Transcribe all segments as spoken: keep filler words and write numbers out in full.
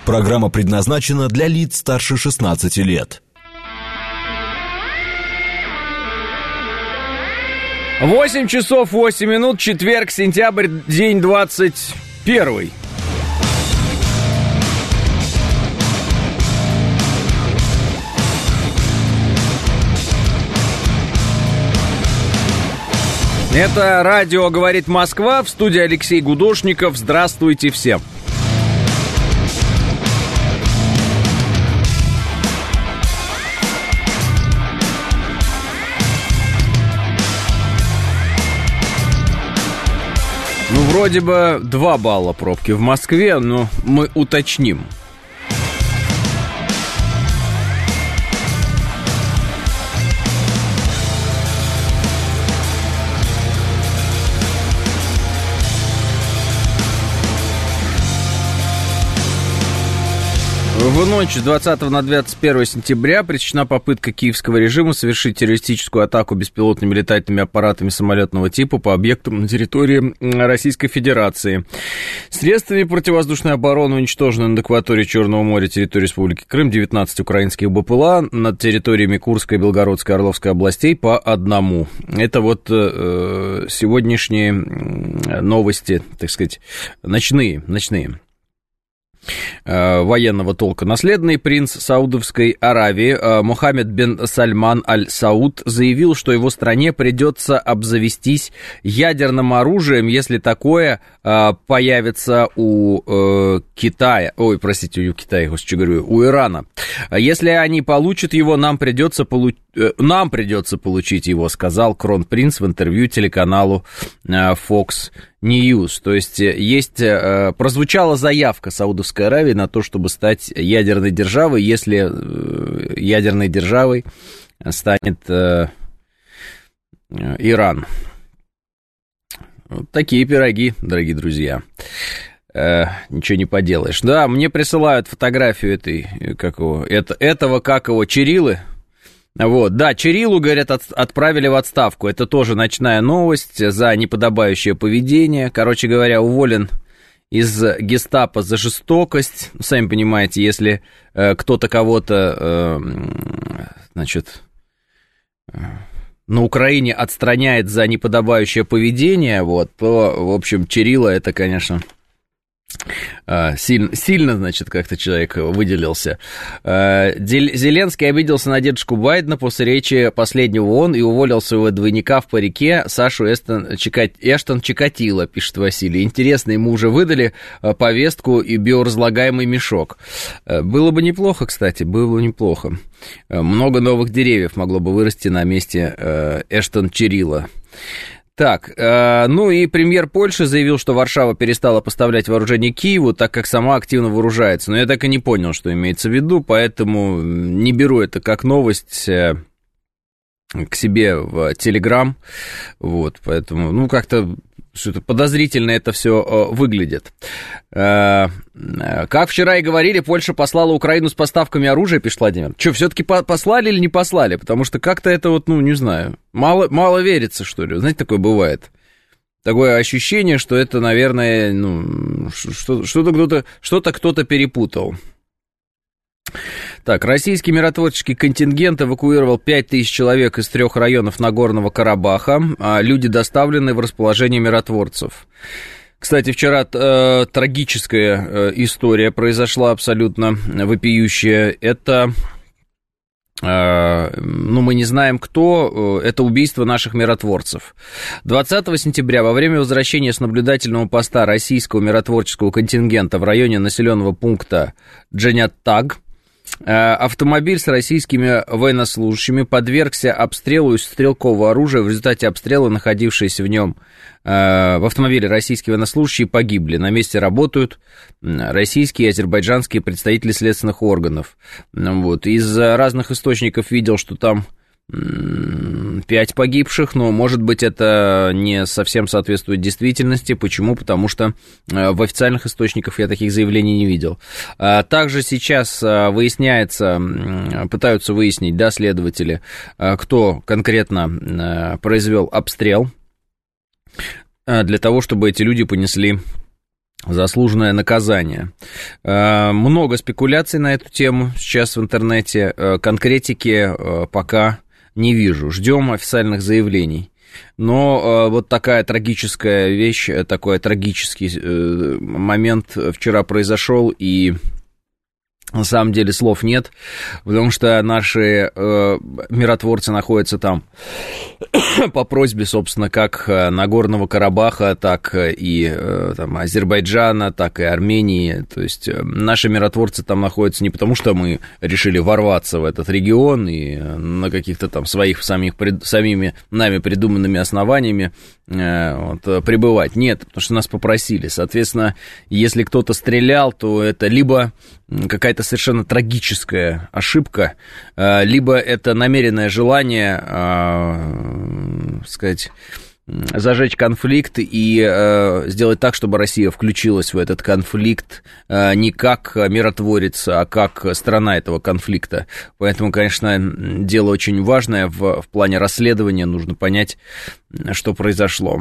Программа предназначена для лиц старше шестнадцати лет. восемь часов восемь минут, четверг, сентябрь, день двадцать первый. Это радио «Говорит Москва», в студии Алексей Гудошников. Здравствуйте всем. Ну, вроде бы два балла пробки в Москве, но мы уточним. В ночь с двадцатого на двадцать первое сентября пресечена попытка киевского режима совершить террористическую атаку беспилотными летательными аппаратами самолетного типа по объектам на территории Российской Федерации. Средствами противовоздушной обороны уничтожены над акваторией Черного моря территории Республики Крым девятнадцать украинских БПЛА, над территориями Курской, Белгородской, Орловской областей по одному. Это вот э, сегодняшние новости, так сказать, ночные, ночные. Военного толка. Наследный принц Саудовской Аравии Мухаммед бен Сальман аль-Сауд заявил, что его стране придется обзавестись ядерным оружием, если такое появится у Китая, ой, простите, у Китая, господи, говорю, у Ирана. Если они получат его, нам придется получить Нам придется получить его, сказал кронпринц в интервью телеканалу Fox News. То есть, есть, прозвучала заявка Саудовской Аравии на то, чтобы стать ядерной державой, если ядерной державой станет Иран. Вот такие пироги, дорогие друзья. Ничего не поделаешь. Да, мне присылают фотографию этой, как его, это, этого, как его, Чирилы. Вот, да, Чирилу, говорят, от, отправили в отставку. Это тоже ночная новость за неподобающее поведение. Короче говоря, уволен из гестапо за жестокость. Сами понимаете, если э, кто-то кого-то, э, значит, э, на Украине отстраняет за неподобающее поведение, вот, то, в общем, Чирила это, конечно... Сильно, сильно, значит, как-то человек выделился. Зеленский обиделся на дедушку Байдена после речи последнего ООН и уволил своего двойника в парике Сашу Эштон, Чикат... Эштон Чикатило, пишет Василий. Интересно, ему уже выдали повестку и биоразлагаемый мешок. Было бы неплохо, кстати, было бы неплохо. Много новых деревьев могло бы вырасти на месте Эштон Чирила. Так, э, ну и премьер Польши заявил, что Варшава перестала поставлять вооружение Киеву, так как сама активно вооружается. Но я так и не понял, что имеется в виду, поэтому не беру это как новость э, к себе в Телеграм. Вот, поэтому, ну, как-то что-то подозрительно это все э, выглядит. Э, э, как вчера и говорили, Польша послала Украину с поставками оружия, пишет Владимир. Что, все-таки по- послали или не послали? Потому что как-то это вот, ну, не знаю, мало, мало верится, что ли. Знаете, такое бывает. Такое ощущение, что это, наверное, ну, что- что-то кто-то, что-то кто-то перепутал. Так, российский миротворческий контингент эвакуировал пять тысяч человек из трех районов Нагорного Карабаха, а люди доставлены в расположение миротворцев. Кстати, вчера э, трагическая э, история произошла, абсолютно вопиющая. Это, э, ну, мы не знаем кто, э, это убийство наших миротворцев. двадцатого сентября во время возвращения с наблюдательного поста российского миротворческого контингента в районе населенного пункта Джанят-Таг автомобиль с российскими военнослужащими подвергся обстрелу из стрелкового оружия. В результате обстрела находившиеся в нем в автомобиле российские военнослужащие погибли. На месте работают российские и азербайджанские представители следственных органов. Вот. Из разных источников видел, что там пять погибших, но, может быть, это не совсем соответствует действительности. Почему? Потому что в официальных источниках я таких заявлений не видел. Также сейчас выясняется, пытаются выяснить, да, следователи, кто конкретно произвел обстрел, для того, чтобы эти люди понесли заслуженное наказание. Много спекуляций на эту тему сейчас в интернете. Конкретики пока не вижу. Ждем официальных заявлений. Но вот такая трагическая вещь, такой трагический момент вчера произошел, и на самом деле слов нет, потому что наши э, миротворцы находятся там по просьбе, собственно, как Нагорного Карабаха, так и э, там, Азербайджана, так и Армении. То есть э, наши миротворцы там находятся не потому, что мы решили ворваться в этот регион и на каких-то там своих самих, пред, самими нами придуманными основаниями э, вот, пребывать. Нет, потому что нас попросили. Соответственно, если кто-то стрелял, то это либо какая-то совершенно трагическая ошибка, либо это намеренное желание, так сказать, зажечь конфликт и сделать так, чтобы Россия включилась в этот конфликт не как миротворец, а как страна этого конфликта. Поэтому, конечно, дело очень важное в, в плане расследования, нужно понять, что произошло.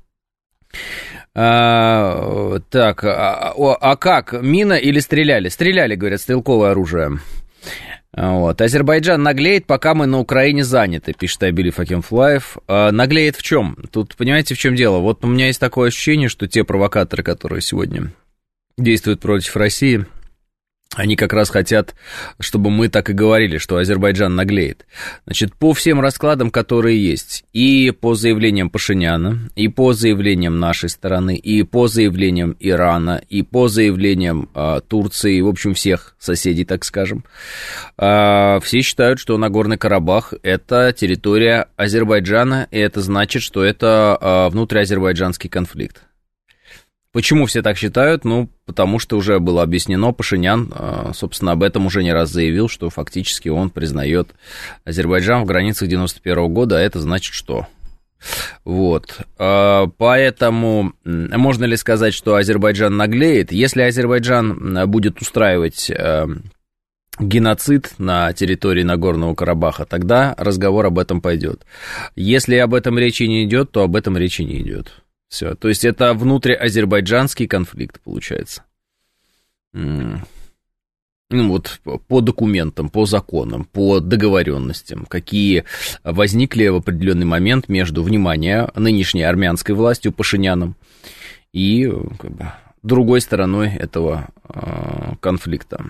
А, так, а, а как, мина или стреляли? Стреляли, говорят, стрелковое оружие. Вот. Азербайджан наглеет, пока мы на Украине заняты, пишет Абилев Акимфлаев. А, наглеет в чем? Тут, понимаете, в чем дело? Вот у меня есть такое ощущение, что те провокаторы, которые сегодня действуют против России, они как раз хотят, чтобы мы так и говорили, что Азербайджан наглеет. Значит, по всем раскладам, которые есть, и по заявлениям Пашиняна, и по заявлениям нашей стороны, и по заявлениям Ирана, и по заявлениям э, Турции, в общем, всех соседей, так скажем, э, все считают, что Нагорный Карабах – это территория Азербайджана, и это значит, что это э, внутриазербайджанский конфликт. Почему все так считают? Ну, потому что уже было объяснено, Пашинян, собственно, об этом уже не раз заявил, что фактически он признает Азербайджан в границах девяносто первого года, а это значит что? Вот, поэтому можно ли сказать, что Азербайджан наглеет? Если Азербайджан будет устраивать геноцид на территории Нагорного Карабаха, тогда разговор об этом пойдет. Если об этом речи не идет, то об этом речи не идет. Все, то есть это внутриазербайджанский конфликт, получается. Ну, вот по документам, по законам, по договоренностям, какие возникли в определенный момент между, внимание, нынешней армянской властью, Пашиняном, и как бы, другой стороной этого э, конфликта.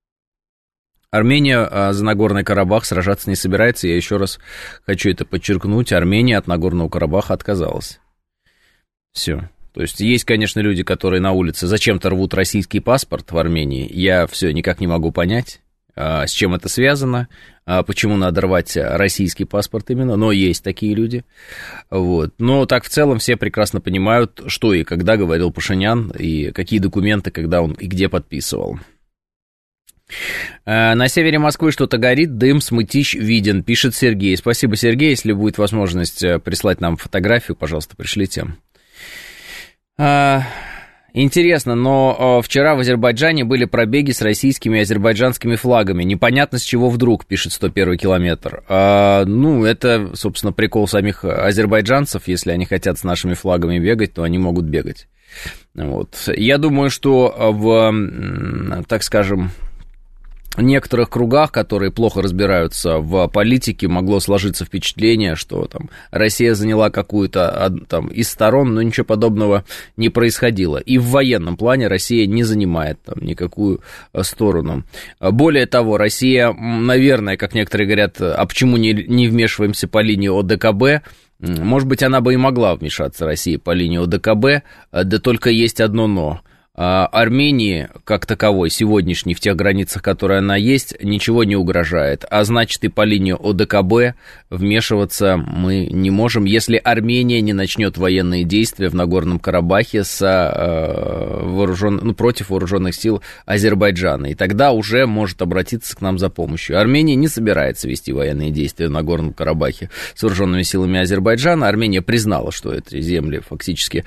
Армения э, за Нагорный Карабах сражаться не собирается, я еще раз хочу это подчеркнуть, Армения от Нагорного Карабаха отказалась. Все. То есть есть, конечно, люди, которые на улице зачем-то рвут российский паспорт в Армении. Я все никак не могу понять, с чем это связано, почему надо рвать российский паспорт именно, но есть такие люди. Вот. Но так в целом все прекрасно понимают, что и когда говорил Пашинян, и какие документы, когда он и где подписывал. На севере Москвы что-то горит, дым, смытищ виден, пишет Сергей. Спасибо, Сергей. Если будет возможность прислать нам фотографию, пожалуйста, пришлите. Интересно, но вчера в Азербайджане были пробеги с российскими и азербайджанскими флагами. Непонятно, с чего вдруг, пишет сто первый километр. А, ну, это, собственно, прикол самих азербайджанцев. Если они хотят с нашими флагами бегать, то они могут бегать. Вот. Я думаю, что в, так скажем, некоторых кругах, которые плохо разбираются в политике, могло сложиться впечатление, что там Россия заняла какую-то там из сторон, но ничего подобного не происходило. И в военном плане Россия не занимает там никакую сторону. Более того, Россия, наверное, как некоторые говорят, а почему не, не вмешиваемся по линии ОДКБ? Может быть, она бы и могла вмешаться, Россия, по линии ОДКБ, да только есть одно «но». Армении, как таковой, сегодняшней, в тех границах, которые она есть, ничего не угрожает. А значит, и по линии ОДКБ вмешиваться мы не можем, если Армения не начнет военные действия в Нагорном Карабахе с, э, вооружен... ну, против вооруженных сил Азербайджана. И тогда уже может обратиться к нам за помощью. Армения не собирается вести военные действия в Нагорном Карабахе с вооруженными силами Азербайджана. Армения признала, что это земли фактически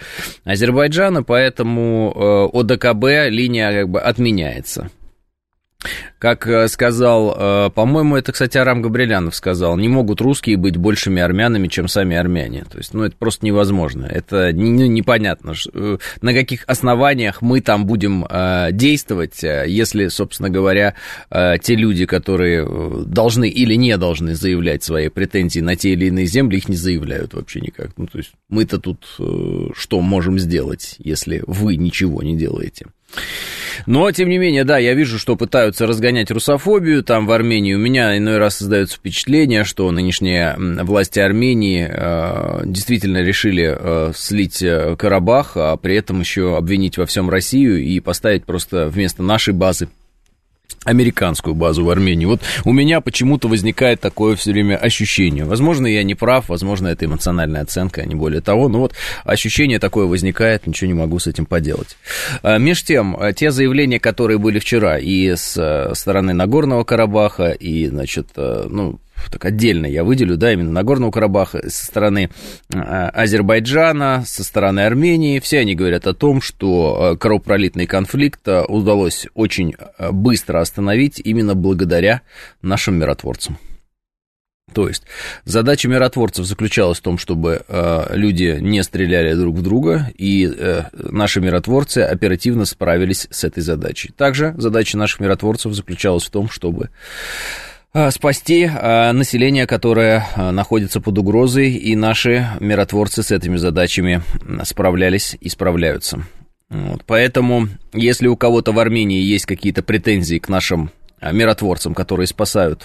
Азербайджана, поэтому э, ОДКБ линия как бы отменяется. как сказал, по-моему, это, кстати, Арам Габрелянов сказал, не могут русские быть большими армянами, чем сами армяне. То есть, ну, это просто невозможно. Это не, непонятно, на каких основаниях мы там будем действовать, если, собственно говоря, те люди, которые должны или не должны заявлять свои претензии на те или иные земли, их не заявляют вообще никак. Ну, то есть, мы-то тут что можем сделать, если вы ничего не делаете? Но, тем не менее, да, я вижу, что пытаются разгонять русофобию там в Армении. У меня иной раз создается впечатление, что нынешние власти Армении э, действительно решили э, слить Карабах, а при этом еще обвинить во всем Россию и поставить просто вместо нашей базы американскую базу в Армении. Вот у меня почему-то возникает такое все время ощущение. Возможно, я не прав, возможно, это эмоциональная оценка, а не более того, но вот ощущение такое возникает, ничего не могу с этим поделать. Между тем, те заявления, которые были вчера и с стороны Нагорного Карабаха, и, значит, ну, так отдельно я выделю, да, именно Нагорного Карабаха, со стороны Азербайджана, со стороны Армении, все они говорят о том, что кровопролитный конфликт удалось очень быстро остановить именно благодаря нашим миротворцам. То есть задача миротворцев заключалась в том, чтобы э, люди не стреляли друг в друга, и э, наши миротворцы оперативно справились с этой задачей. Также задача наших миротворцев заключалась в том, чтобы спасти население, которое находится под угрозой, и наши миротворцы с этими задачами справлялись и справляются. Вот. Поэтому, если у кого-то в Армении есть какие-то претензии к нашим миротворцам, которые спасают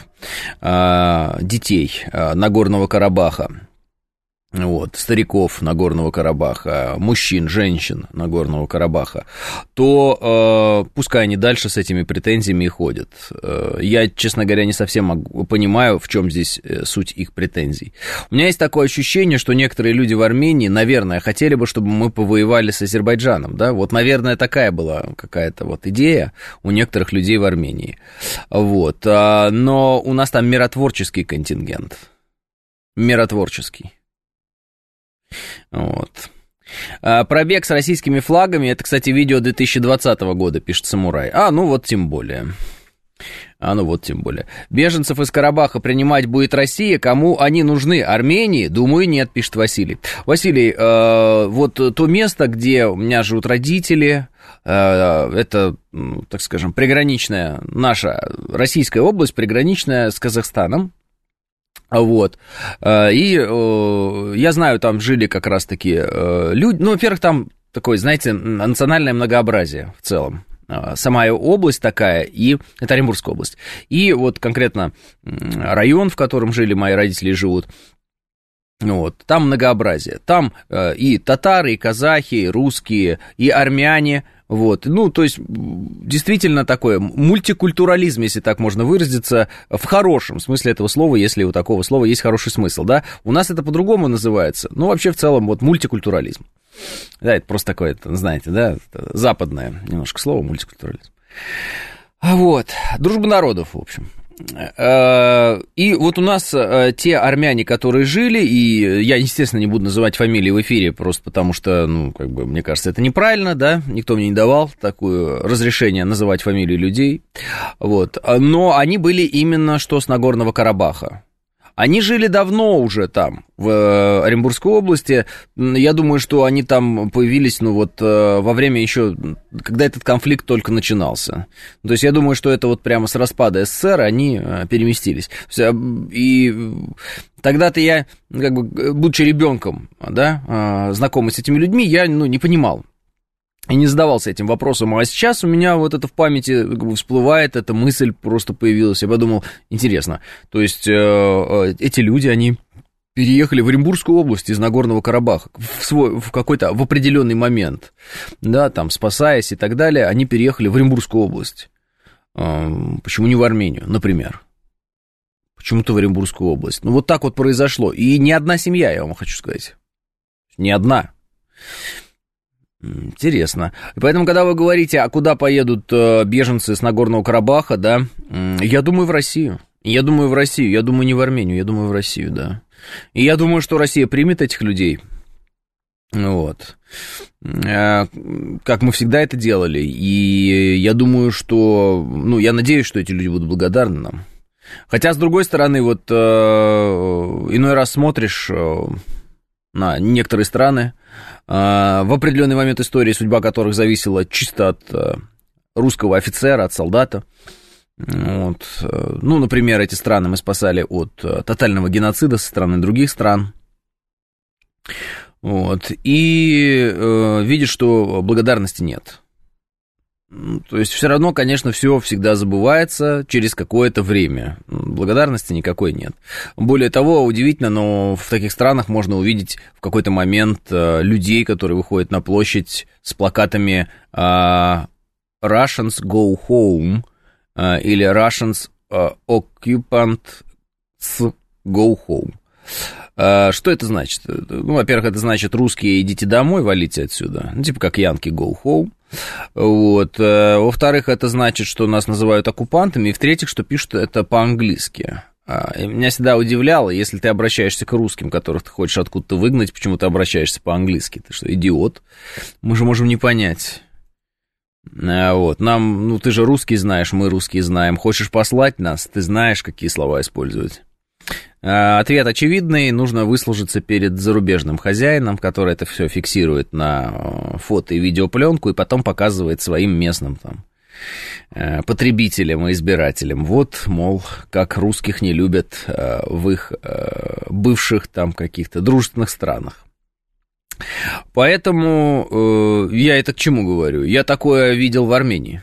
детей Нагорного Карабаха, вот, стариков Нагорного Карабаха, мужчин, женщин Нагорного Карабаха, то э, пускай они дальше с этими претензиями и ходят. Э, я, честно говоря, не совсем могу, понимаю, в чем здесь суть их претензий. У меня есть такое ощущение, что некоторые люди в Армении, наверное, хотели бы, чтобы мы повоевали с Азербайджаном, да, вот, наверное, такая была какая-то вот идея у некоторых людей в Армении, вот, а, но у нас там миротворческий контингент, миротворческий. Вот. Пробег с российскими флагами, это, кстати, видео две тысячи двадцатого года, пишет Самурай. А, ну вот тем более. А ну вот тем более. Беженцев из Карабаха принимать будет Россия. Кому они нужны? Армении? Думаю, нет, пишет Василий. Василий, э, вот то место, где у меня живут родители, э, это, так скажем, приграничная наша российская область, приграничная с Казахстаном. Вот, и я знаю, там жили как раз-таки люди, ну, во-первых, там такое, знаете, национальное многообразие в целом. Сама область такая, и это Оренбургская область. И вот конкретно район, в котором жили мои родители, живут, вот, там многообразие. Там и татары, и казахи, и русские, и армяне. Вот, ну, то есть, действительно такой мультикультурализм, если так можно выразиться, в хорошем смысле этого слова, если у такого слова есть хороший смысл, да. У нас это по-другому называется, ну, вообще, в целом, вот, мультикультурализм. Да, это просто такое, знаете, да, западное немножко слово, мультикультурализм. Вот, дружба народов, в общем. И вот у нас те армяне, которые жили, и я, естественно, не буду называть фамилии в эфире, просто потому что, ну, как бы, мне кажется, это неправильно, да, никто мне не давал такое разрешение называть фамилии людей, вот, но они были именно что с Нагорного Карабаха. Они жили давно уже там, в Оренбургской области. Я думаю, что они там появились, ну, вот, во время еще, когда этот конфликт только начинался. То есть, я думаю, что это вот прямо с распада СССР они переместились. И тогда-то я, как бы, будучи ребенком, да, знакомый с этими людьми, я, ну, не понимал. И не задавался этим вопросом, а сейчас у меня вот это в памяти как бы всплывает, эта мысль просто появилась. Я подумал, интересно, то есть э, эти люди, они переехали в Оренбургскую область из Нагорного Карабаха в, свой, в какой-то, в определенный момент, да, там, спасаясь и так далее, они переехали в Оренбургскую область. Э, почему не в Армению, например? Почему-то в Оренбургскую область. Ну, вот так вот произошло. И ни одна семья, я вам хочу сказать. Ни одна. Интересно. И поэтому, когда вы говорите, а куда поедут беженцы с Нагорного Карабаха, да, я думаю, в Россию. Я думаю, в Россию. Я думаю, не в Армению, я думаю, в Россию, да. И я думаю, что Россия примет этих людей. Вот. Как мы всегда это делали. И я думаю, что... Ну, я надеюсь, что эти люди будут благодарны нам. Хотя, с другой стороны, вот э, иной раз смотришь э, на некоторые страны, э, в определенный момент истории, судьба которых зависела чисто от э, русского офицера, от солдата. Вот. Ну, например, эти страны мы спасали от э, тотального геноцида со стороны других стран. Вот. И э, видишь, что благодарности нет. То есть все равно, конечно, все всегда забывается через какое-то время. Благодарности никакой нет. Более того, удивительно, но в таких странах можно увидеть в какой-то момент людей, которые выходят на площадь с плакатами Russians go home или Russians occupants go home. Что это значит? Ну, во-первых, это значит, русские, идите домой, валите отсюда. Ну, типа как янки go home. Вот. Во-вторых, это значит, что нас называют оккупантами. И в-третьих, что пишут это по-английски. И меня всегда удивляло, если ты обращаешься к русским, которых ты хочешь откуда-то выгнать, почему ты обращаешься по-английски? Ты что, идиот? Мы же можем не понять. Вот. Нам, ну, ты же русский знаешь, мы русские знаем. Хочешь послать нас, ты знаешь, какие слова использовать. Ответ очевидный, нужно выслужиться перед зарубежным хозяином, который это все фиксирует на фото и видеопленку и потом показывает своим местным там потребителям и избирателям. Вот, мол, как русских не любят в их бывших там каких-то дружественных странах. Поэтому я это к чему говорю? Я такое видел в Армении.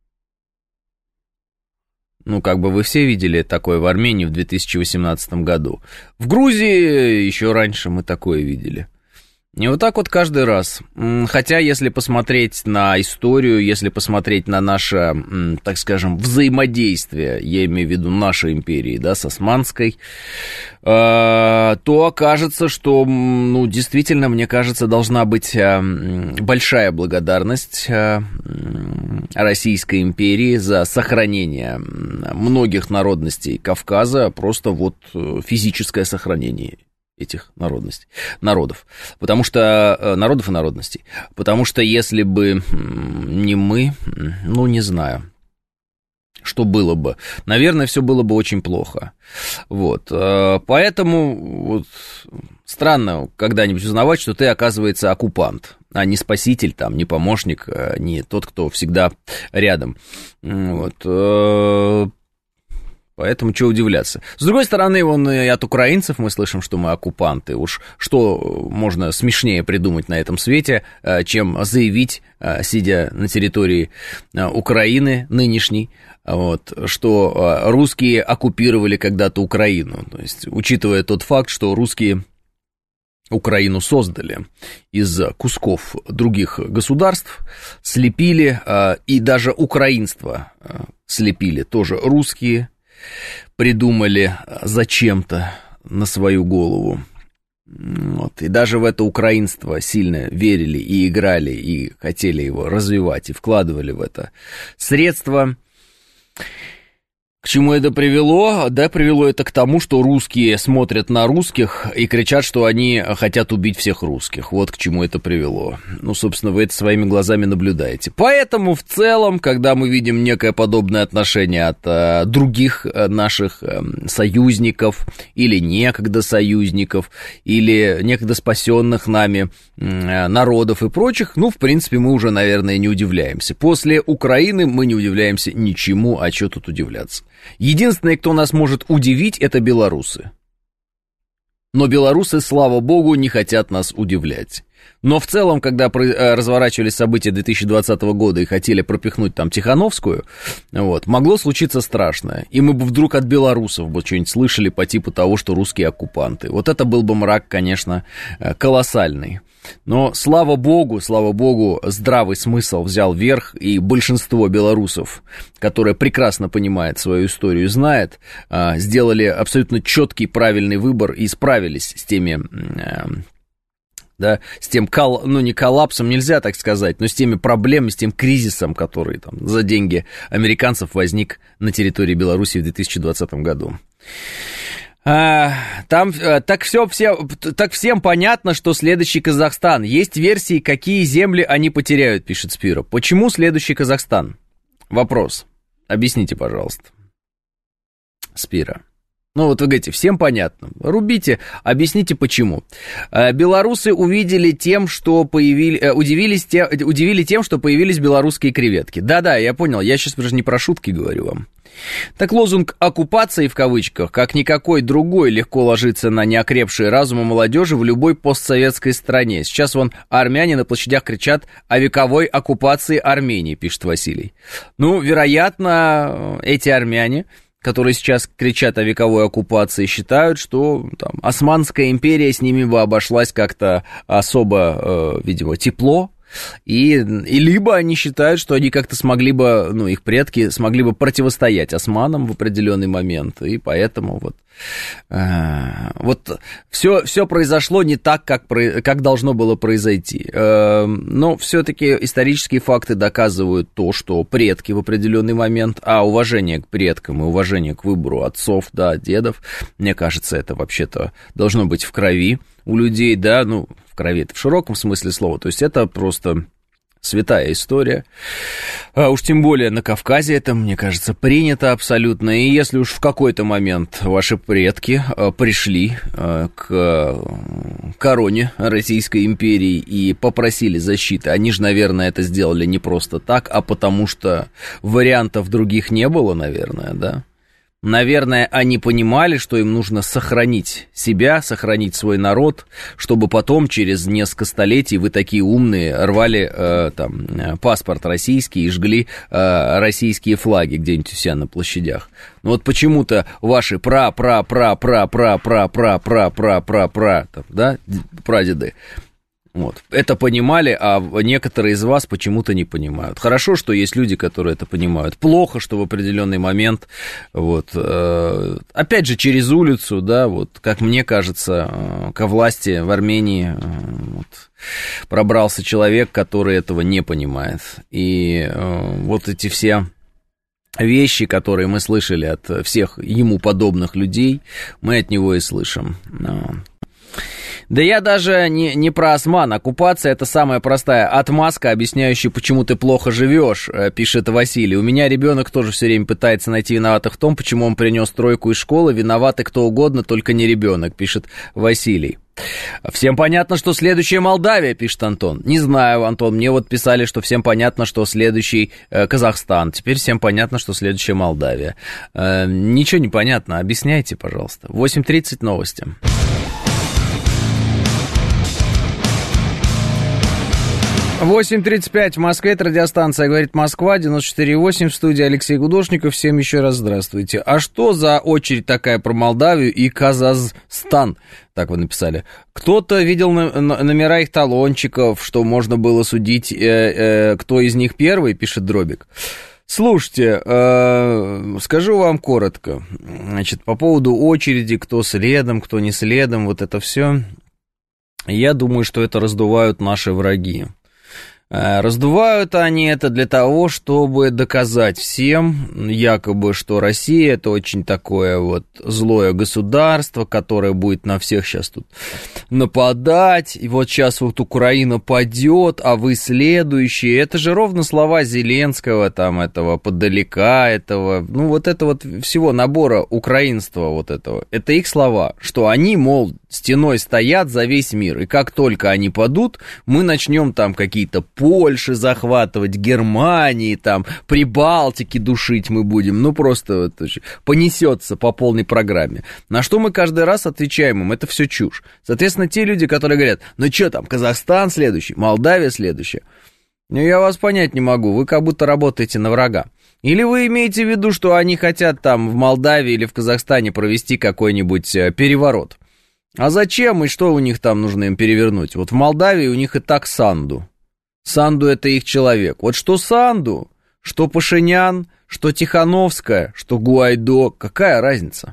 Ну, как бы вы все видели такое в Армении в две тысячи восемнадцатом году. В Грузии еще раньше мы такое видели. И вот так вот каждый раз. Хотя, если посмотреть на историю, если посмотреть на наше, так скажем, взаимодействие, я имею в виду нашей империи, да, с Османской, то окажется, что, ну, действительно, мне кажется, должна быть большая благодарность Российской империи за сохранение многих народностей Кавказа, просто вот физическое сохранение этих народностей, народов, потому что, народов и народностей, потому что если бы не мы, ну, не знаю, что было бы, наверное, все было бы очень плохо, вот, поэтому вот, странно когда-нибудь узнавать, что ты, оказывается, оккупант, а не спаситель, там, не помощник, не тот, кто всегда рядом, вот. Поэтому чего удивляться. С другой стороны, вон и от украинцев мы слышим, что мы оккупанты. Уж что можно смешнее придумать на этом свете, чем заявить, сидя на территории Украины нынешней, вот, что русские оккупировали когда-то Украину. То есть, учитывая тот факт, что русские Украину создали из кусков других государств, слепили, и даже украинство слепили тоже русские, придумали зачем-то на свою голову. Вот. И даже в это украинство сильно верили и играли, и хотели его развивать, и вкладывали в это средства. К чему это привело? Да, привело это к тому, что русские смотрят на русских и кричат, что они хотят убить всех русских. Вот к чему это привело. Ну, собственно, вы это своими глазами наблюдаете. Поэтому, в целом, когда мы видим некое подобное отношение от э, других э, наших э, союзников, или некогда союзников, или некогда спасенных нами э, народов и прочих, ну, в принципе, мы уже, наверное, не удивляемся. После Украины мы не удивляемся ничему, а что тут удивляться. Единственное, кто нас может удивить, это белорусы. Но белорусы, слава богу, не хотят нас удивлять. Но в целом, когда разворачивались события две тысячи двадцатого года и хотели пропихнуть там Тихановскую, вот, могло случиться страшное. И мы бы вдруг от белорусов бы что-нибудь слышали по типу того, что русские оккупанты. Вот это был бы мрак, конечно, колоссальный. Но, слава богу, слава богу, здравый смысл взял верх, и большинство белорусов, которые прекрасно понимают свою историю и знают, сделали абсолютно четкий, правильный выбор и справились с теми... Да, с тем, кол, ну, не коллапсом, нельзя так сказать, но с теми проблемами, с тем кризисом, который там за деньги американцев возник на территории Беларуси в две тысячи двадцатом году. А, там так все, все, так всем понятно, что следующий Казахстан. Есть версии, какие земли они потеряют, пишет Спиро. Почему следующий Казахстан? Вопрос. Объясните, пожалуйста. Спиро. Ну, вот вы говорите, всем понятно. Рубите, объясните, почему. Белорусы увидели тем, что появились, удивились те, удивили тем, что появились белорусские креветки. Да-да, я понял, я сейчас даже не про шутки говорю вам. Так лозунг «оккупации» в кавычках, как никакой другой, легко ложится на неокрепшие разумы молодежи в любой постсоветской стране. Сейчас вон армяне на площадях кричат о вековой оккупации Армении, пишет Василий. Ну, вероятно, эти армяне, которые сейчас кричат о вековой оккупации, считают, что там, Османская империя с ними бы обошлась как-то особо, э, видимо, тепло. И, и либо они считают, что они как-то смогли бы, ну, их предки смогли бы противостоять османам в определенный момент, и поэтому вот, э, вот все, все произошло не так, как, как должно было произойти. Э, но все-таки исторические факты доказывают то, что предки в определенный момент, а уважение к предкам и уважение к выбору отцов, да, дедов, мне кажется, это вообще-то должно быть в крови у людей, да, ну, в крови это в широком смысле слова, то есть это просто святая история, а уж тем более на Кавказе это, мне кажется, принято абсолютно, и если уж в какой-то момент ваши предки пришли к короне Российской империи и попросили защиты, они же, наверное, это сделали не просто так, а потому что вариантов других не было, наверное, да. Наверное, они понимали, что им нужно сохранить себя, сохранить свой народ, чтобы потом, через несколько столетий, вы такие умные, рвали э, там, паспорт российский и жгли э, российские флаги где-нибудь у себя на площадях. Но вот почему-то ваши пра-пра-пра-пра-пра-пра-пра-пра-пра, да, прадеды, вот, это понимали, а некоторые из вас почему-то не понимают. Хорошо, что есть люди, которые это понимают. Плохо, что в определенный момент, вот, э, опять же, через улицу, да, вот, как мне кажется, э, ко власти в Армении э, вот, пробрался человек, который этого не понимает. И э, вот эти все вещи, которые мы слышали от всех ему подобных людей, мы от него и слышим. Да я даже не, не про осман. Оккупация — это самая простая отмазка, объясняющая, почему ты плохо живешь, пишет Василий. У меня ребенок тоже все время пытается найти виноватых в том, почему он принес тройку из школы. Виноваты кто угодно, только не ребенок, пишет Василий. Всем понятно, что следующая Молдавия, пишет Антон. Не знаю, Антон, мне вот писали, что всем понятно, что следующий э, Казахстан. Теперь всем понятно, что следующая Молдавия. Э, ничего не понятно, объясняйте, пожалуйста. восемь тридцать новости. восемь тридцать пять в Москве, это радиостанция «Говорит Москва», девяносто четыре восемь, в студии Алексей Гудошников. Всем еще раз здравствуйте. А что за очередь такая про Молдавию и Казахстан? Так вы написали. Кто-то видел номера их талончиков, что можно было судить, э, э, кто из них первый, пишет Дробик. Слушайте, э, скажу вам коротко. Значит, по поводу очереди, кто следом, кто не следом, вот это все. Я думаю, что это раздувают наши враги. Раздувают они это для того, чтобы доказать всем, якобы, что Россия — это очень такое вот злое государство, которое будет на всех сейчас тут нападать, и вот сейчас вот Украина падет, а вы следующие. Это же ровно слова Зеленского, там, этого Подоляка, этого, ну, вот это вот всего набора украинства вот этого. Это их слова, что они, мол, стеной стоят за весь мир, и как только они падут, мы начнем там какие-то Польши захватывать, Германии, там, Прибалтики душить мы будем, ну, просто вот, понесется по полной программе. На что мы каждый раз отвечаем им, это все чушь. Соответственно, те люди, которые говорят, ну, что там, Казахстан следующий, Молдавия следующая, ну, я вас понять не могу, вы как будто работаете на врага. Или вы имеете в виду, что они хотят там в Молдавии или в Казахстане провести какой-нибудь переворот? А зачем и что у них там нужно им перевернуть? Вот в Молдавии у них и так Санду. Санду — это их человек. Вот что Санду, что Пашинян, что Тихановская, что Гуайдо, какая разница?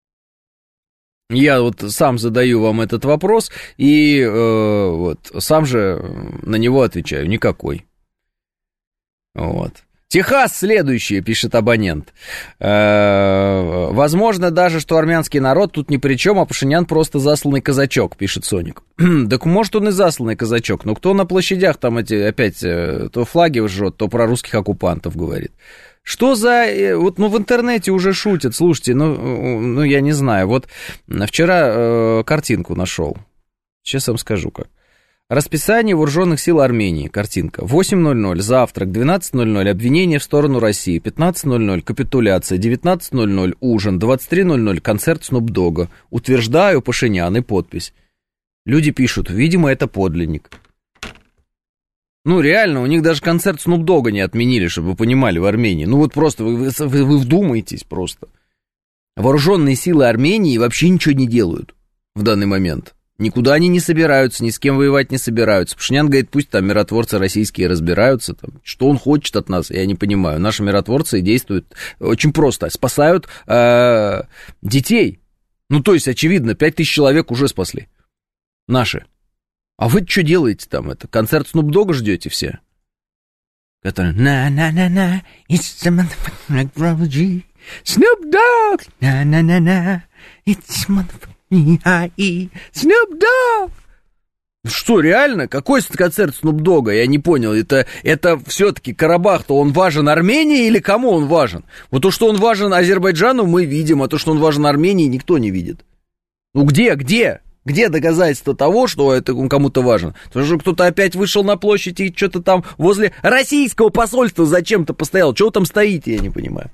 Я вот сам задаю вам этот вопрос и э, вот сам же на него отвечаю. Никакой. Вот. Техас следующее, пишет абонент. Э-э- возможно даже, что армянский народ тут ни при чем, а Пашинян просто засланный казачок, пишет Соник. Так может он и засланный казачок, но кто на площадях там эти опять то флаги жжет, то про русских оккупантов говорит. Что за... Вот, ну, в интернете уже шутят, слушайте, ну, ну я не знаю. Вот вчера э, картинку нашел. Сейчас вам скажу как. Расписание вооруженных сил Армении. Картинка. восемь ноль ноль завтрак, двенадцать ноль ноль обвинение в сторону России, пятнадцать ноль ноль капитуляция, девятнадцать ноль ноль ужин, двадцать три ноль ноль концерт Снуп Догга. Утверждаю, Пашинян, и подпись. Люди пишут, видимо, это подлинник. Ну, реально, у них даже концерт Снуп Догга не отменили, чтобы вы понимали, в Армении. Ну, вот просто вы, вы, вы вдумайтесь просто. Вооруженные силы Армении вообще ничего не делают в данный момент. Никуда они не собираются, ни с кем воевать не собираются. Пашинян говорит, пусть там миротворцы российские разбираются. Там, что он хочет от нас, я не понимаю. Наши миротворцы действуют очень просто. Спасают э, детей. Ну, то есть, очевидно, пять тысяч человек уже спасли. Наши. А вы что делаете там? Это концерт Снуп Догга ждете все? Который... На-на-на-на, it's the motherfucking technology. Snoop Dogg! На-на-на-на, it's motherfucking Snoop Dogg! Что, реально? Какой концерт Снуп Догга? Я не понял. Это, это все-таки Карабах-то он важен Армении или кому он важен? Вот то, что он важен Азербайджану, мы видим, а то, что он важен Армении, никто не видит. Ну где, где? Где доказательства того, что это он кому-то важен? Потому что кто-то опять вышел на площадь и что-то там возле российского посольства зачем-то постоял. Чего вы там стоите, я не понимаю.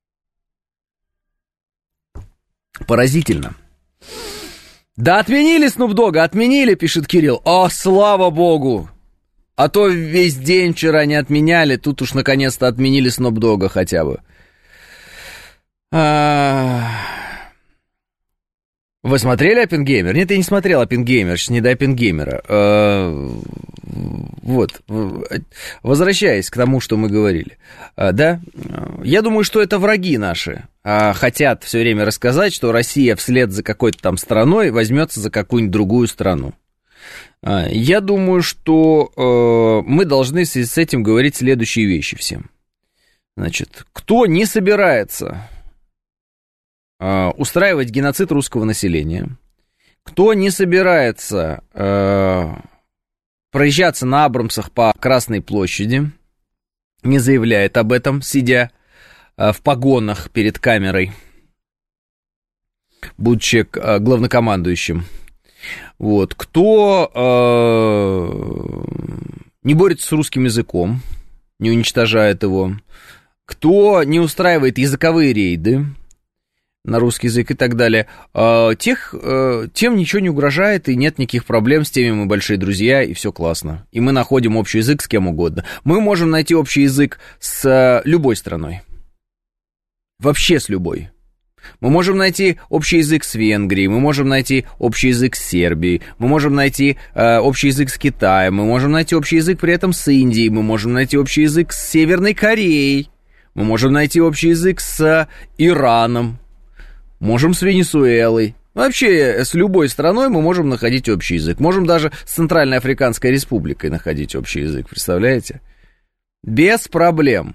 Поразительно. Да отменили Снуп Догга, отменили, пишет Кирилл. О, слава богу. А то весь день вчера не отменяли, тут уж наконец-то отменили Снуп Догга хотя бы. А... Вы смотрели Оппенгеймер? Нет, я не смотрел Оппенгеймер, сейчас не до Оппенгеймера. А... Вот, возвращаясь к тому, что мы говорили, да, я думаю, что это враги наши хотят все время рассказать, что Россия вслед за какой-то там страной возьмется за какую-нибудь другую страну. Я думаю, что мы должны в связи с этим говорить следующие вещи всем. Значит, кто не собирается устраивать геноцид русского населения, кто не собирается проезжаться на Абрамсах по Красной площади, не заявляет об этом, сидя э, в погонах перед камерой, будучи э, главнокомандующим. Вот. Кто э, не борется с русским языком, не уничтожает его, кто не устраивает языковые рейды на русский язык и так далее, тех, тем ничего не угрожает, и нет никаких проблем, с теми мы большие друзья, и все классно. И мы находим общий язык с кем угодно. Мы можем найти общий язык с любой страной. Вообще с любой. Мы можем найти общий язык с Венгрией, мы можем найти общий язык с Сербией, мы можем найти э, общий язык с Китаем, мы можем найти общий язык при этом с Индией, мы можем найти общий язык с Северной Кореей, мы можем найти общий язык с Ираном. Можем с Венесуэлой. Вообще, с любой страной мы можем находить общий язык. Можем даже с Центральной Африканской Республикой находить общий язык, представляете? Без проблем.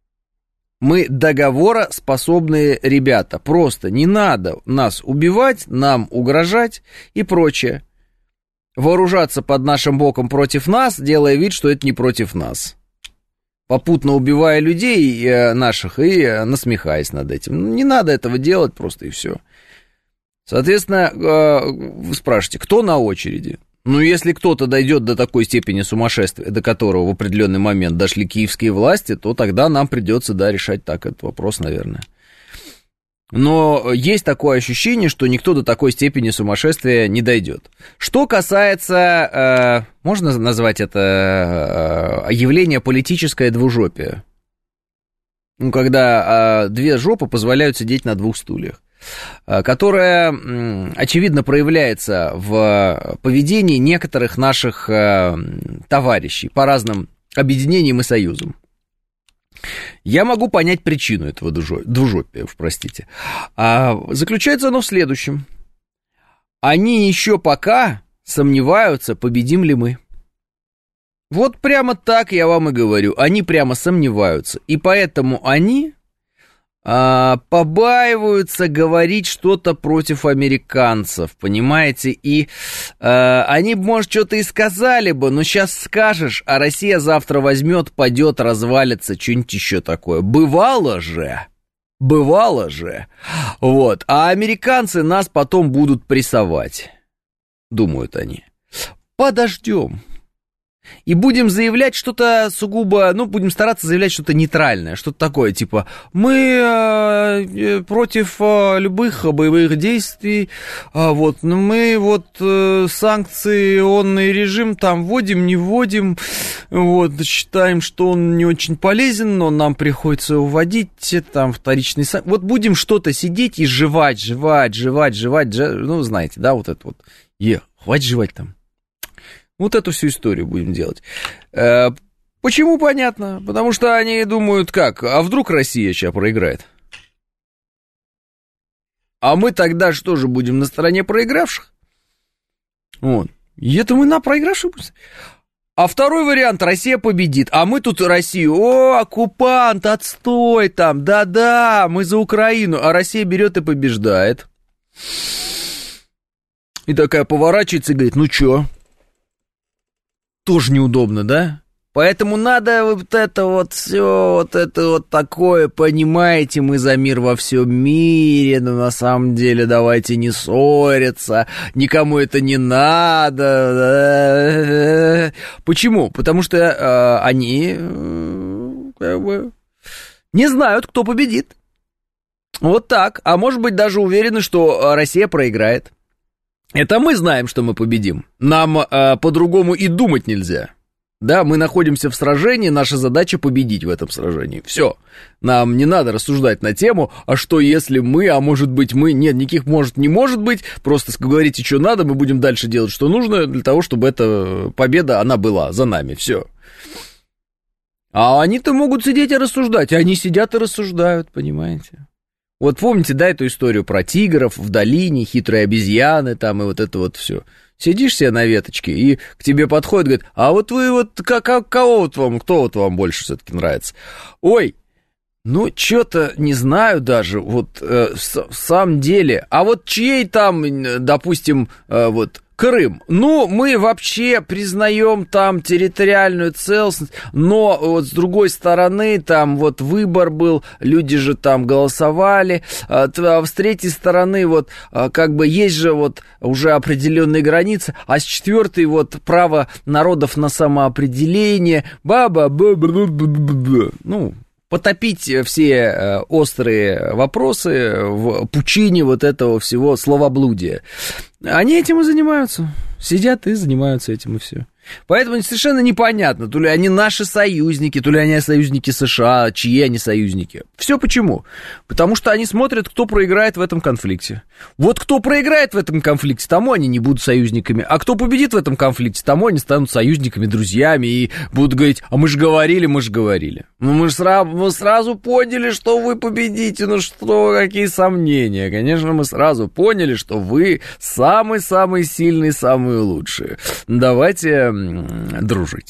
Мы договороспособные ребята. Просто не надо нас убивать, нам угрожать и прочее. Вооружаться под нашим боком против нас, делая вид, что это не против нас. Попутно убивая людей э, наших и э, насмехаясь над этим. Не надо этого делать просто и все. Соответственно, э, вы спрашиваете, кто на очереди? Ну, если кто-то дойдет до такой степени сумасшествия, до которого в определенный момент дошли киевские власти, то тогда нам придется, да, решать так этот вопрос, наверное. Но есть такое ощущение, что никто до такой степени сумасшествия не дойдет. Что касается, э, можно назвать это э, явление политическое двужопие? Ну, когда э, две жопы позволяют сидеть на двух стульях, э, которое, э, очевидно, проявляется в поведении некоторых наших э, товарищей по разным объединениям и союзам. Я могу понять причину этого двужопия, простите. А заключается оно в следующем. Они еще пока сомневаются, победим ли мы. Вот прямо так я вам и говорю. Они прямо сомневаются. И поэтому они а, побаиваются говорить что-то против американцев, понимаете? И а, они, может, что-то и сказали бы, но сейчас скажешь, а Россия завтра возьмет, падет, развалится, что-нибудь еще такое. Бывало же. Бывало же. Вот. А американцы нас потом будут прессовать. Думают они. Подождем. И будем заявлять что-то сугубо, ну, будем стараться заявлять что-то нейтральное, что-то такое, типа, мы э, против э, любых боевых действий, а вот, но мы вот э, санкционный режим там вводим, не вводим, вот, считаем, что он не очень полезен, но нам приходится его вводить, там, вторичные санкции. Вот будем что-то сидеть и жевать, жевать, жевать, жевать, жевать, ну, знаете, да, вот это вот, е, хватит жевать там. Вот эту всю историю будем делать. Э, почему, понятно? Потому что они думают, как, а вдруг Россия сейчас проиграет? А мы тогда что же будем на стороне проигравших? Вот. И это мы на проигравших будем. А второй вариант, Россия победит, а мы тут Россию, о, оккупант, отстой там, да-да, мы за Украину, а Россия берет и побеждает. И такая поворачивается и говорит, ну чё? Тоже неудобно, да? Поэтому надо вот это вот все, вот это вот такое, понимаете, мы за мир во всем мире, но на самом деле давайте не ссориться, никому это не надо. Почему? Потому что э, они э, как бы не знают, кто победит. Вот так. А может быть, даже уверены, что Россия проиграет. Это мы знаем, что мы победим. Нам э, по-другому и думать нельзя. Да, мы находимся в сражении, наша задача победить в этом сражении. Все. Нам не надо рассуждать на тему, а что если мы, а может быть мы. Нет, никаких может, не может быть. Просто говорите, что надо, мы будем дальше делать, что нужно, для того, чтобы эта победа, она была за нами. Все. А они-то могут сидеть и рассуждать. Они сидят и рассуждают, понимаете? Вот помните, да, эту историю про тигров в долине, хитрые обезьяны там и вот это вот все. Сидишь себе на веточке, и к тебе подходит, говорит, а вот вы вот, как, как, кого вот вам, кто вот вам больше все-таки нравится? Ой, ну, что-то не знаю даже, вот, э, в, в самом деле, а вот чей там, допустим, э, вот, Крым, ну, мы вообще признаем там территориальную целостность, но вот с другой стороны, там вот выбор был, люди же там голосовали, а с третьей стороны, вот как бы есть же вот уже определенные границы, а с четвертой вот право народов на самоопределение, баба, баба, ну... потопить все острые вопросы в пучине вот этого всего словоблудия. Они этим и занимаются. Сидят и занимаются этим, и все. Поэтому совершенно непонятно, то ли они наши союзники, то ли они союзники США, чьи они союзники. Все почему? Потому что они смотрят, кто проиграет в этом конфликте. Вот кто проиграет в этом конфликте, тому они не будут союзниками. А кто победит в этом конфликте, тому они станут союзниками, друзьями и будут говорить, а мы же говорили, мы же говорили. Ну мы же сразу, мы сразу поняли, что вы победите, ну что, какие сомнения. Конечно, мы сразу поняли, что вы самый-самый сильный, самый лучший. Давайте дружить.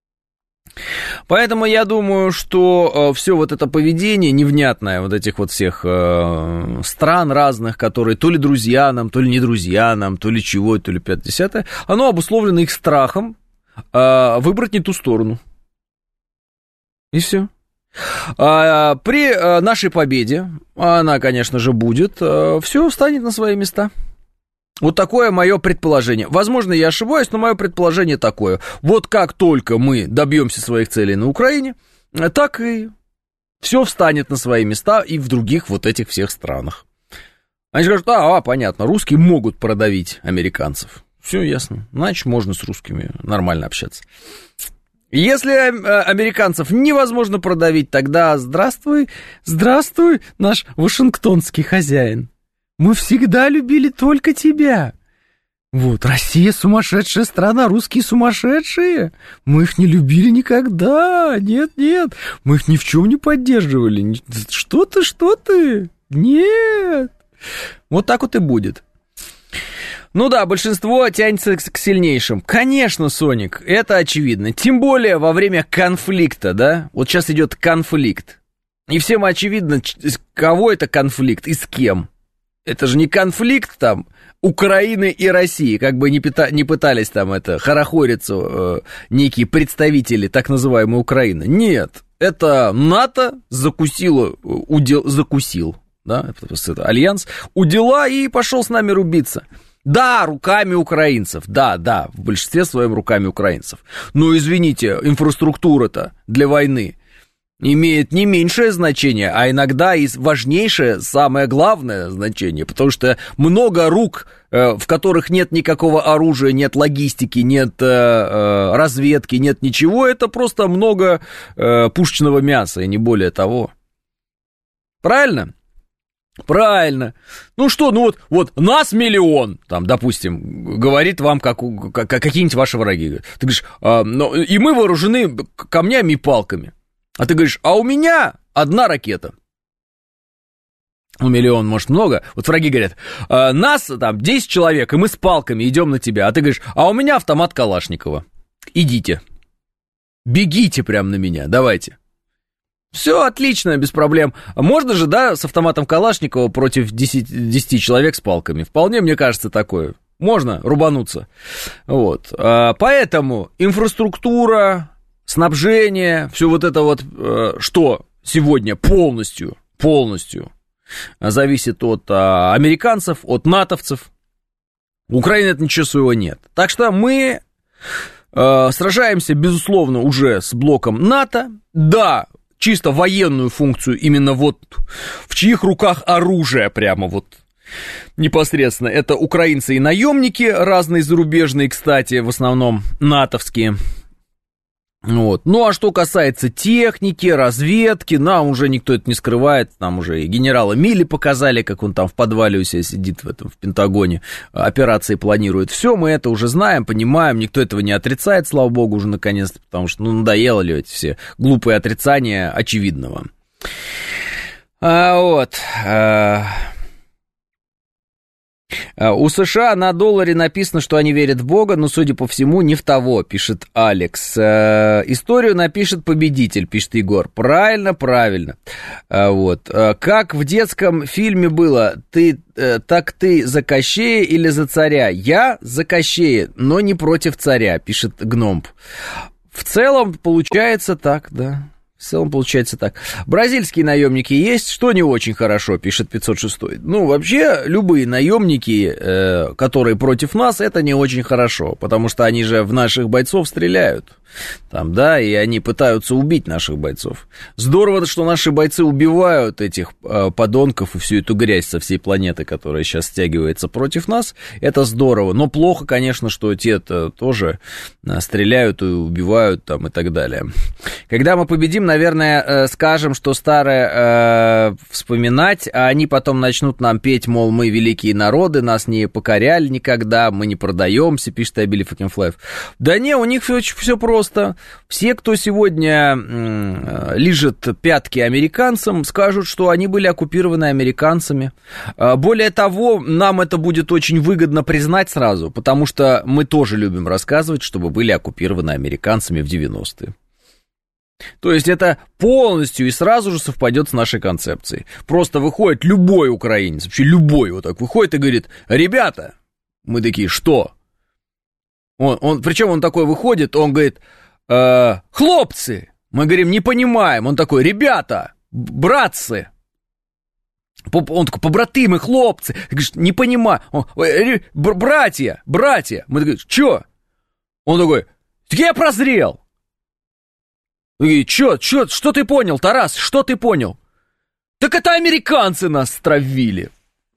Поэтому я думаю, что э, все вот это поведение невнятное вот этих вот всех э, стран разных, которые то ли друзья нам, то ли не друзья нам, то ли чего, то ли пятое-десятое, оно обусловлено их страхом э, выбрать не ту сторону. И все. А, при э, нашей победе, она, конечно же, будет, э, все встанет на свои места. Вот такое мое предположение. Возможно, я ошибаюсь, но мое предположение такое. Вот как только мы добьемся своих целей на Украине, так и все встанет на свои места и в других вот этих всех странах. Они скажут, а, а понятно, русские могут продавить американцев. Все ясно. Значит, можно с русскими нормально общаться. Если американцев невозможно продавить, тогда здравствуй, здравствуй, наш вашингтонский хозяин. Мы всегда любили только тебя. Вот, Россия сумасшедшая страна, русские сумасшедшие. Мы их не любили никогда. Нет, нет, мы их ни в чем не поддерживали. Что ты, что ты? Нет. Вот так вот и будет. Ну да, большинство тянется к сильнейшим. Конечно, Соник, это очевидно. Тем более во время конфликта, да? Вот сейчас идет конфликт. И всем очевидно, кого это конфликт и с кем. Это же не конфликт там Украины и России, как бы не, пита- не пытались там это хорохориться э, некие представители так называемой Украины. Нет, это НАТО закусило, удел, закусил, да, это альянс, удела и пошел с нами рубиться. Да, руками украинцев, да, да, в большинстве своем руками украинцев. Но, извините, инфраструктура-то для войны имеет не меньшее значение, а иногда и важнейшее, самое главное значение, потому что много рук, в которых нет никакого оружия, нет логистики, нет разведки, нет ничего, это просто много пушечного мяса, и не более того. Правильно? Правильно. Ну что, ну вот, вот нас миллион, там, допустим, говорит вам как, как, какие-нибудь ваши враги. Ты говоришь, а, ну, и мы вооружены камнями и палками. А ты говоришь, а у меня одна ракета. Ну, миллион, может, много. Вот враги говорят, а, нас там десять человек, и мы с палками идем на тебя. А ты говоришь, а у меня автомат Калашникова. Идите. Бегите прямо на меня, давайте. Все отлично, без проблем. Можно же, да, с автоматом Калашникова против десяти человек с палками. Вполне, мне кажется, такое. Можно рубануться. Вот. А, поэтому инфраструктура, снабжение, все вот это вот, что сегодня полностью, полностью зависит от а, американцев, от натовцев. У Украины это ничего своего нет. Так что мы а, сражаемся, безусловно, уже с блоком НАТО. Да, чисто военную функцию, именно вот в чьих руках оружие прямо вот непосредственно. Это украинцы и наемники, разные зарубежные, кстати, в основном натовские. Вот. Ну, а что касается техники, разведки, нам уже никто это не скрывает, нам уже и генерала Милли показали, как он там в подвале у себя сидит в этом, в Пентагоне, операции планирует. Все, мы это уже знаем, понимаем, никто этого не отрицает, слава богу, уже наконец-то, потому что, ну, надоело ли эти все глупые отрицания очевидного. А, вот... А... У США на долларе написано, что они верят в Бога, но, судя по всему, не в того, пишет Алекс. Историю напишет победитель, пишет Егор. Правильно, правильно. Вот. Как в детском фильме было, ты, так ты за Кощея или за царя? Я за Кощея, но не против царя, пишет Гномб. В целом, получается так, да. В целом получается так. Бразильские наемники есть, что не очень хорошо, пишет пятьсот шесть. Ну, вообще, любые наемники, э, которые против нас, это не очень хорошо, потому что они же в наших бойцов стреляют. Там, да, и они пытаются убить наших бойцов. Здорово, что наши бойцы убивают этих э, подонков и всю эту грязь со всей планеты, которая сейчас стягивается против нас. Это здорово. Но плохо, конечно, что те-то тоже э, стреляют и убивают там и так далее. Когда мы победим, наверное, э, скажем, что старое э, вспоминать, а они потом начнут нам петь, мол, мы великие народы, нас не покоряли никогда, мы не продаемся, пишет I Believe I Can Fly. Да не, у них все, все просто. Все, кто сегодня м- лижет пятки американцам, скажут, что они были оккупированы американцами. Более того, нам это будет очень выгодно признать сразу, потому что мы тоже любим рассказывать, чтобы были оккупированы американцами в девяностые. То есть это полностью и сразу же совпадет с нашей концепцией. Просто выходит любой украинец, вообще любой вот так выходит и говорит: ребята, мы такие, что? Он, он, причем он такой выходит, он говорит: э, хлопцы, мы говорим, не понимаем. Он такой: ребята, братцы. Он такой: побратимы, хлопцы. Ты говоришь: не понимаю. Он, братья, братья. Мы такие: чё? Он такой: так я прозрел. И чё, чё, что ты понял, Тарас, что ты понял? Так это американцы нас стравили.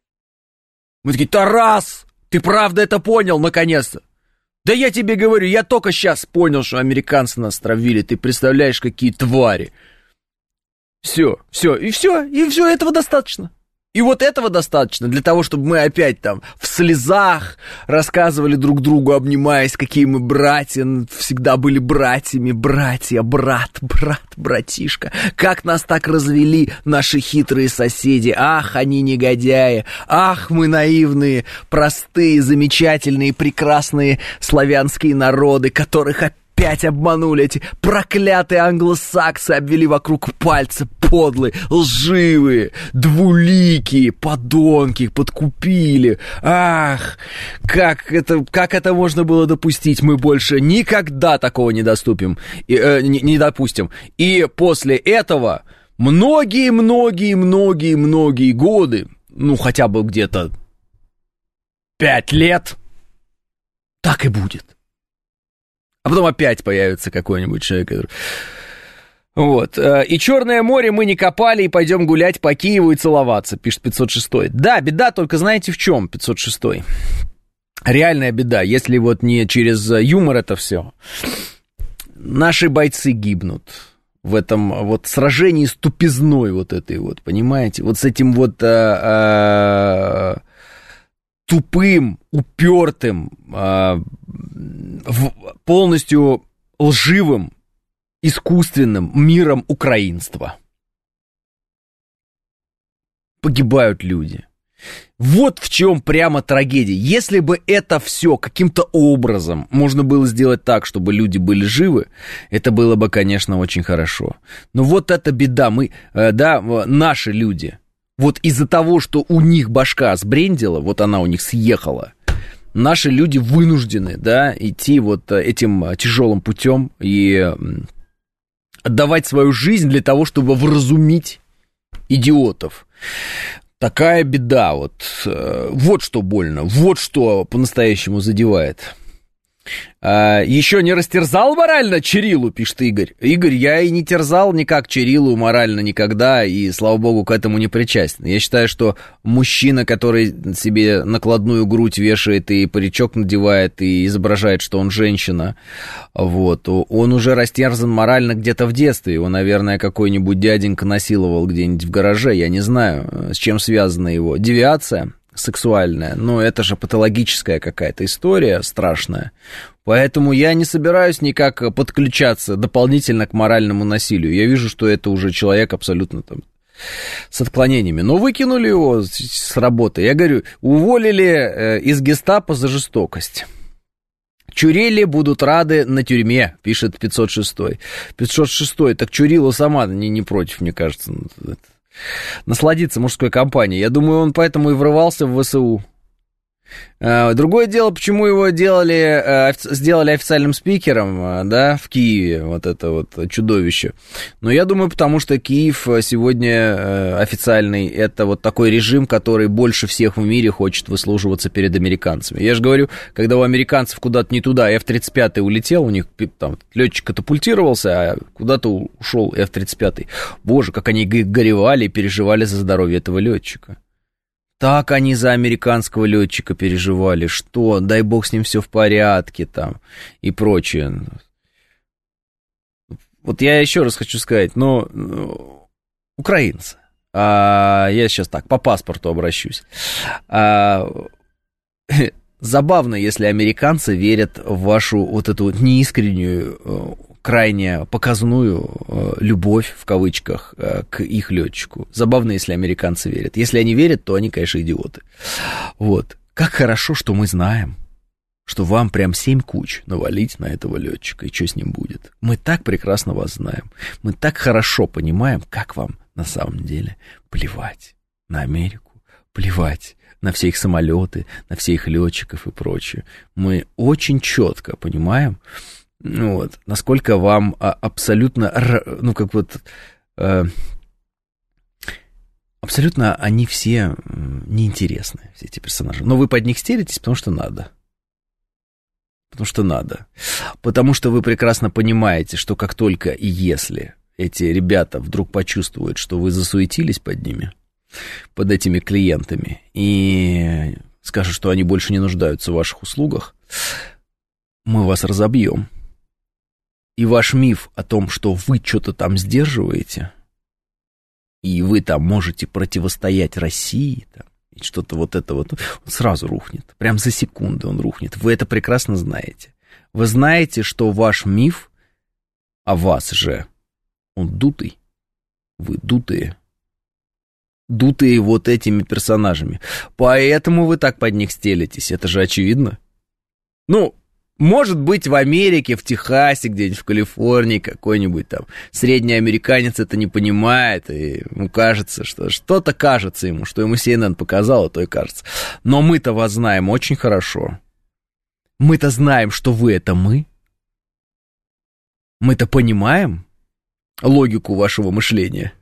Мы такие: Тарас, ты правда это понял, наконец-то? Да я тебе говорю, я только сейчас понял, что американцы нас стравили. Ты представляешь, какие твари. Все, все, и все, и все, этого достаточно. И вот этого достаточно для того, чтобы мы опять там в слезах рассказывали друг другу, обнимаясь, какие мы братья, всегда были братьями, братья, брат, брат, братишка. Как нас так развели наши хитрые соседи. Ах, они негодяи. Ах, мы наивные, простые, замечательные, прекрасные славянские народы, которых опять Опять обманули эти проклятые англосаксы, обвели вокруг пальца, подлые, лживые, двуликие, подонки, подкупили. Ах, как это, как это можно было допустить? Мы больше никогда такого не доступим, и, э, не, не допустим. И после этого многие-многие-многие-многие годы, ну хотя бы где-то пять лет, так и будет. А потом опять появится какой-нибудь человек, который... Вот. И Черное море мы не копали, и пойдем гулять по Киеву и целоваться, пишет пятьсот шестой. Да, беда, только знаете в чем, пятьсот шестой? Реальная беда, если вот не через юмор это все. Наши бойцы гибнут в этом вот сражении с тупизной вот этой вот, понимаете? Вот с этим вот... А, а, тупым, упертым, полностью лживым, искусственным миром украинства. Погибают люди. Вот в чем прямо трагедия. Если бы это все каким-то образом можно было сделать так, чтобы люди были живы, это было бы, конечно, очень хорошо. Но вот эта беда. Мы, да, наши люди... Вот из-за того, что у них башка сбрендила, вот она у них съехала, наши люди вынуждены, да, идти вот этим тяжелым путем и отдавать свою жизнь для того, чтобы вразумить идиотов. Такая беда, вот, вот что больно, вот что по-настоящему задевает. А, еще не растерзал морально Чириллу, пишет Игорь. Игорь, я и не терзал никак Чириллу морально никогда, и, слава богу, к этому не причастен. Я считаю, что мужчина, который себе накладную грудь вешает и паричок надевает, и изображает, что он женщина, вот, он уже растерзан морально где-то в детстве. Его, наверное, какой-нибудь дяденька насиловал где-нибудь в гараже, я не знаю, с чем связана его девиация сексуальная, но это же патологическая какая-то история страшная, поэтому я не собираюсь никак подключаться дополнительно к моральному насилию. Я вижу, что это уже человек абсолютно там с отклонениями, но выкинули его с работы. Я говорю, уволили из гестапо за жестокость. Чурили будут рады на тюрьме, пишет пятьсот шестой. пятьсот шестой, так Чурила сама не, не против, мне кажется, насладиться мужской компанией. Я думаю, он поэтому и врывался в ВСУ. Другое дело, почему его делали, сделали официальным спикером, да, в Киеве, вот это вот чудовище. Но я думаю, потому что Киев сегодня официальный, это вот такой режим, который больше всех в мире хочет выслуживаться перед американцами. Я же говорю, когда у американцев куда-то не туда эф тридцать пять улетел, у них там летчик катапультировался, а куда-то ушел эф тридцать пять. Боже, как они горевали и переживали за здоровье этого летчика. Так они за американского летчика переживали, что, дай бог, с ним все в порядке там и прочее. Вот я еще раз хочу сказать, ну, украинцы, а, я сейчас так, по паспорту обращусь. А, забавно, если американцы верят в вашу вот эту неискреннюю, крайне показную э, любовь, в кавычках, э, к их летчику. Забавно, если американцы верят. Если они верят, то они, конечно, идиоты. Вот. Как хорошо, что мы знаем, что вам прям семь куч навалить на этого летчика, и что с ним будет. Мы так прекрасно вас знаем. Мы так хорошо понимаем, как вам на самом деле плевать на Америку, плевать на все их самолеты, на все их летчиков и прочее. Мы очень четко понимаем, ну вот, насколько вам а, абсолютно, ну, как вот, а, абсолютно они все неинтересны, все эти персонажи. Но вы под них стелитесь, потому что надо. Потому что надо. Потому что вы прекрасно понимаете, что как только и если эти ребята вдруг почувствуют, что вы засуетились под ними, под этими клиентами, и скажут, что они больше не нуждаются в ваших услугах, мы вас разобьем. И ваш миф о том, что вы что-то там сдерживаете, и вы там можете противостоять России, там, и что-то вот это вот, он сразу рухнет. Прям за секунду он рухнет. Вы это прекрасно знаете. Вы знаете, что ваш миф о вас же, он дутый. Вы дутые. Дутые вот этими персонажами. Поэтому вы так под них стелитесь. Это же очевидно. Ну, может быть, в Америке, в Техасе, где-нибудь в Калифорнии какой-нибудь там средний американец это не понимает, и ему кажется, что что-то кажется ему, что ему си эн эн показало, то и кажется. Но мы-то вас знаем очень хорошо. Мы-то знаем, что вы — это мы. Мы-то понимаем логику вашего мышления.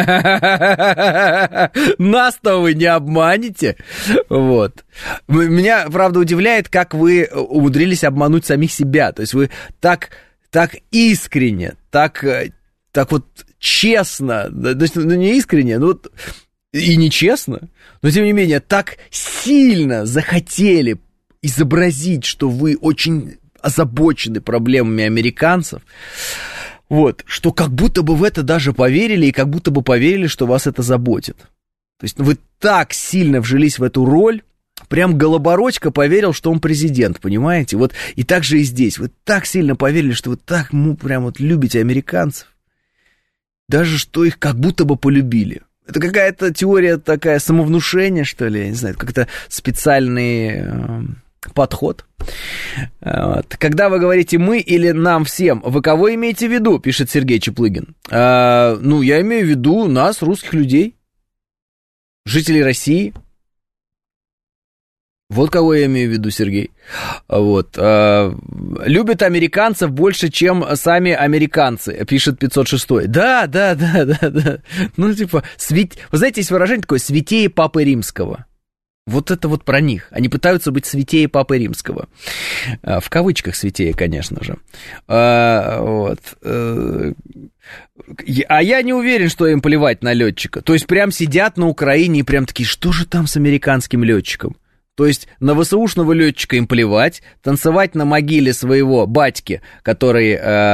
Нас-то вы не обманете. Вот. Меня, правда, удивляет, как вы умудрились обмануть самих себя. То есть вы так, так искренне, так, так вот честно, то есть, ну, не искренне, ну, вот, и нечестно, но, тем не менее, так сильно захотели изобразить, что вы очень озабочены проблемами американцев, вот, что как будто бы в это даже поверили, и как будто бы поверили, что вас это заботит. То есть вы так сильно вжились в эту роль, прям Голобородько поверил, что он президент, понимаете? Вот и так же и здесь. Вы так сильно поверили, что вы так, ну, прям вот любите американцев, даже что их как будто бы полюбили. Это какая-то теория такая самовнушения, что ли, я не знаю, как-то специальный э, подход. Вот. Когда вы говорите «мы» или «нам всем», вы кого имеете в виду, пишет Сергей Чеплыгин. А, ну, я имею в виду нас, русских людей, жителей России. Вот кого я имею в виду, Сергей. Вот. А, любят американцев больше, чем сами американцы, пишет пятьсот шестой. Да, да, да, да, да. Ну, типа, свят... вы знаете, есть выражение такое «святее Папы Римского». Вот это вот про них. Они пытаются быть святее Папы Римского. В кавычках святее, конечно же. А, вот. А я не уверен, что им плевать на летчика. То есть прям сидят на Украине и прям такие, что же там с американским летчиком? То есть на ВСУшного летчика им плевать, танцевать на могиле своего батьки, который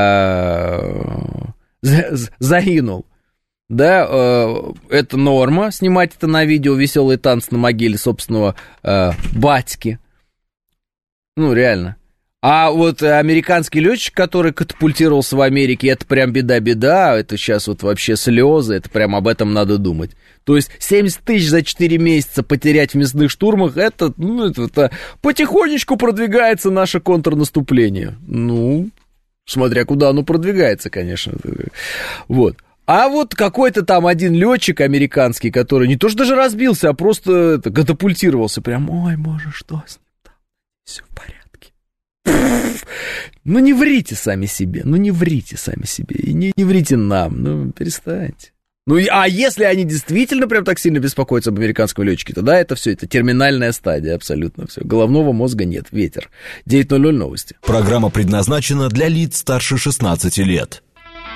загинул. Да, э, это норма, снимать это на видео, веселый танц на могиле собственного э, батьки. Ну, реально. А вот американский летчик, который катапультировался в Америке, это прям беда-беда, это сейчас вот вообще слезы, это прям об этом надо думать. То есть семьдесят тысяч за четыре месяца потерять в мясных штурмах, это, ну, это, это потихонечку продвигается наше контрнаступление. Ну, смотря куда оно продвигается, конечно. Вот. А вот какой-то там один летчик американский, который не то что даже разбился, а просто это, катапультировался. Прям, ой, боже, что с ним там? Все в порядке. Ну не врите сами себе, ну не врите сами себе, и не, не врите нам, ну перестаньте. Ну, а если они действительно прям так сильно беспокоятся об американском летчике, тогда это все, это терминальная стадия, абсолютно все. Головного мозга нет, ветер. девять ноль ноль новости. Программа предназначена для лиц старше шестнадцати лет.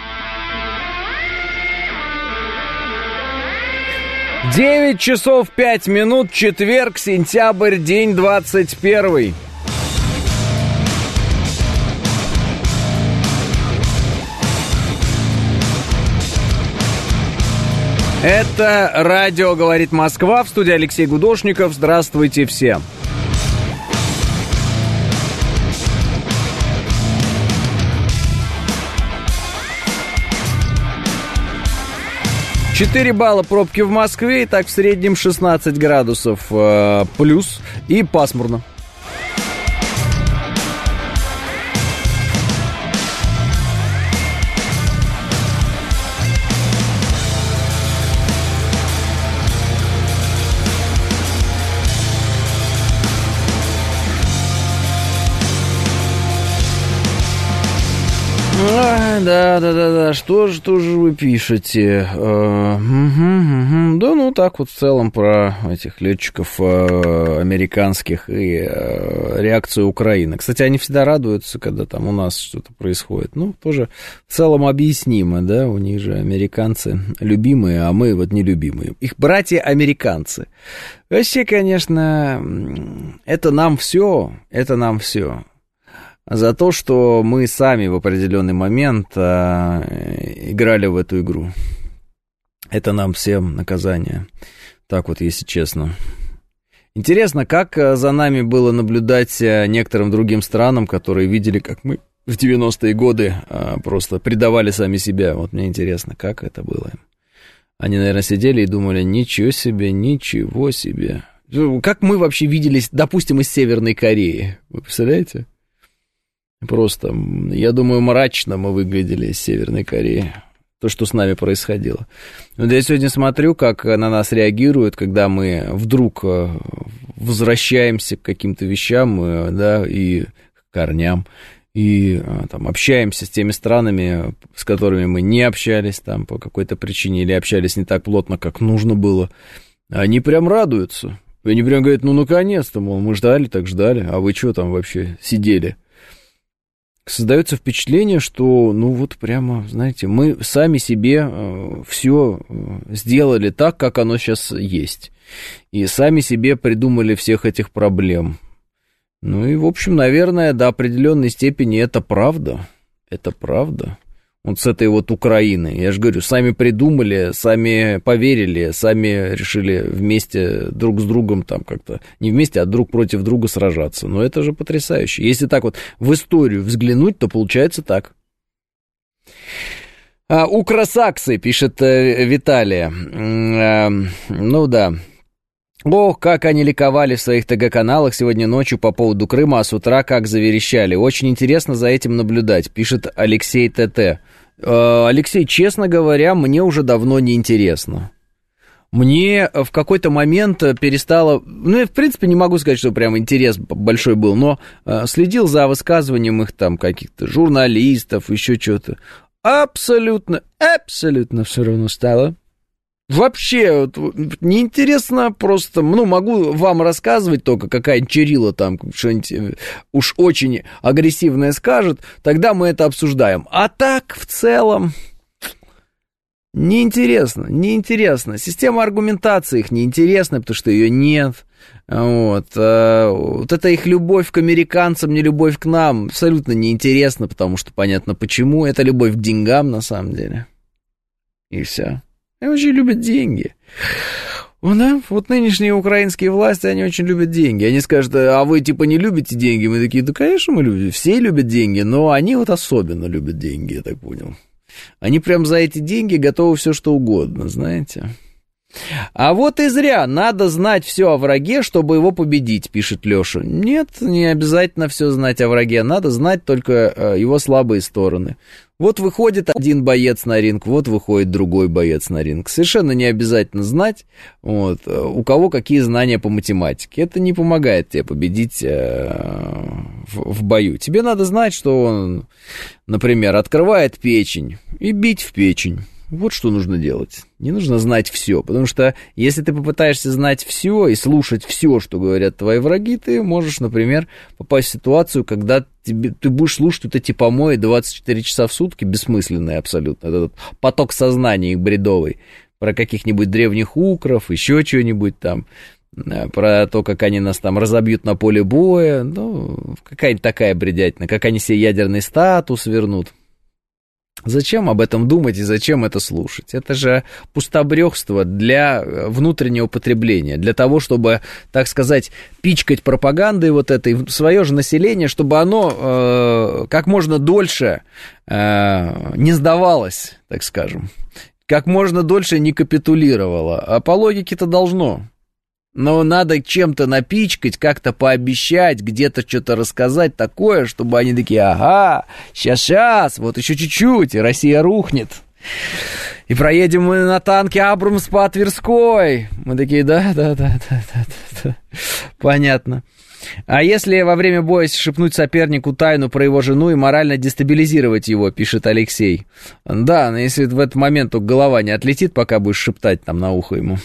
девять часов пять минут, четверг, сентябрь, день двадцать первый. Это радио «Говорит Москва», в студии Алексей Гудошников. Здравствуйте всем. четыре балла пробки в Москве, и так в среднем шестнадцать градусов э, плюс и пасмурно. Да, да, да, да, что же, что же вы пишете? Uh, угу, угу. Да, ну так вот в целом про этих летчиков uh, американских и uh, реакцию Украины. Кстати, они всегда радуются, когда там у нас что-то происходит. Ну, тоже в целом объяснимо, да, у них же американцы любимые, а мы вот нелюбимые. Их братья-американцы. Вообще, конечно, это нам все, это нам все. За то, что мы сами в определенный момент а, играли в эту игру. Это нам всем наказание. Так вот, если честно. Интересно, как за нами было наблюдать некоторым другим странам, которые видели, как мы в девяностые годы просто предавали сами себя. Вот мне интересно, как это было. Они, наверное, сидели и думали, ничего себе, ничего себе. Как мы вообще виделись, допустим, из Северной Кореи? Вы представляете? Просто, я думаю, мрачно мы выглядели из Северной Кореи. То, что с нами происходило. Вот я сегодня смотрю, как на нас реагируют, когда мы вдруг возвращаемся к каким-то вещам, да, и к корням, и там общаемся с теми странами, с которыми мы не общались там по какой-то причине, или общались не так плотно, как нужно было. Они прям радуются. И они прям говорят, ну, наконец-то, мол, мы ждали, так ждали, а вы что там вообще сидели? Создается впечатление, что, ну, вот прямо, знаете, мы сами себе э, все сделали так, как оно сейчас есть. И сами себе придумали всех этих проблем. Ну и, в общем, наверное, до определенной степени это правда. Это правда. Вот с этой вот Украины. Я же говорю, сами придумали, сами поверили, сами решили вместе друг с другом там как-то, не вместе, а друг против друга сражаться. Но это же потрясающе. Если так вот в историю взглянуть, то получается так. А, Украсаксы, пишет э, Виталия. А, ну да. Ох, как они ликовали в своих ТГ-каналах сегодня ночью по поводу Крыма, а с утра как заверещали. Очень интересно за этим наблюдать, пишет Алексей ТТ. Алексей, честно говоря, мне уже давно не интересно. Мне в какой-то момент перестало... Ну, я, в принципе, не могу сказать, что прям интерес большой был, но следил за высказыванием их там каких-то журналистов, еще что-то. Абсолютно, абсолютно все равно стало. Вообще, вот, неинтересно просто, ну, могу вам рассказывать только, какая-нибудь Чирилла там что-нибудь уж очень агрессивное скажет, тогда мы это обсуждаем. А так, в целом, неинтересно, неинтересно. Система аргументации их неинтересна, потому что ее нет. Вот. Вот эта их любовь к американцам, не любовь к нам, абсолютно неинтересна, потому что понятно почему. Это любовь к деньгам, на самом деле. И все. Они очень любят деньги. Ну, да, вот нынешние украинские власти, они очень любят деньги. Они скажут, а вы типа не любите деньги? Мы такие, да, конечно, мы любим. Все любят деньги, но они вот особенно любят деньги, я так понял. Они прям за эти деньги готовы все что угодно, знаете. А вот и зря, надо знать все о враге, чтобы его победить, пишет Леша. Нет, не обязательно все знать о враге, надо знать только его слабые стороны. Вот выходит один боец на ринг, вот выходит другой боец на ринг. Совершенно не обязательно знать, вот, у кого какие знания по математике. Это не помогает тебе победить э, в, в бою. Тебе надо знать, что он, например, открывает печень и бить в печень. Вот что нужно делать. Не нужно знать все, потому что если ты попытаешься знать все и слушать все, что говорят твои враги, ты можешь, например, попасть в ситуацию, когда тебе, ты будешь слушать вот эти помои двадцать четыре часа в сутки, бессмысленные абсолютно, этот поток сознания их бредовый, про каких-нибудь древних укров, еще что-нибудь там, про то, как они нас там разобьют на поле боя, ну, какая-нибудь такая бредятина, как они себе ядерный статус вернут. Зачем об этом думать и зачем это слушать? Это же пустобрёхство для внутреннего потребления, для того, чтобы, так сказать, пичкать пропагандой вот этой свое же население, чтобы оно э, как можно дольше э, не сдавалось, так скажем, как можно дольше не капитулировало. А по логике-то должно. Но надо чем-то напичкать, как-то пообещать, где-то что-то рассказать такое, чтобы они такие, ага, сейчас-сейчас, вот еще чуть-чуть, и Россия рухнет. И проедем мы на танке Абрамс по Тверской. Мы такие, да-да-да-да-да-да. Понятно. А если во время боя шепнуть сопернику тайну про его жену и морально дестабилизировать его, пишет Алексей. Да, но если в этот момент только голова не отлетит, пока будешь шептать там на ухо ему.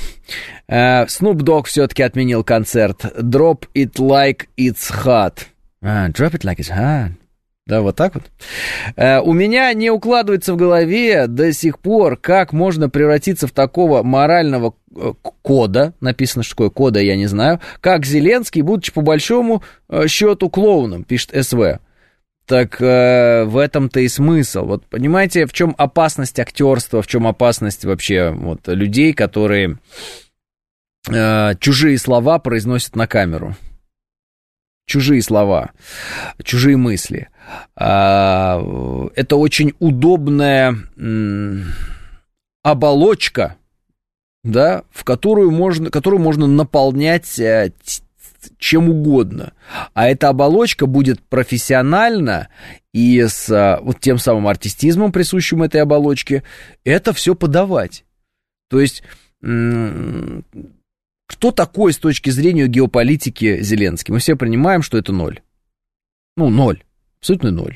Snoop Dogg все-таки отменил концерт. Drop it like it's hot. А, drop it like it's hot. Да, вот так вот. Э, у меня не укладывается в голове до сих пор, как можно превратиться в такого морального кода, написано, что такое кода, я не знаю, как Зеленский, будучи по большому счету клоуном, пишет СВ. Так э, в этом-то и смысл. Вот понимаете, в чем опасность актерства, в чем опасность вообще вот, людей, которые э, чужие слова произносят на камеру. Чужие слова, чужие мысли. Э, это очень удобная э, оболочка, да, в которую можно, которую можно наполнять э, чем угодно. А эта оболочка будет профессионально и с вот тем самым артистизмом, присущим этой оболочке, это все подавать. То есть, кто такой с точки зрения геополитики Зеленский? Мы все понимаем, что это ноль. Ну, ноль. Абсолютно ноль.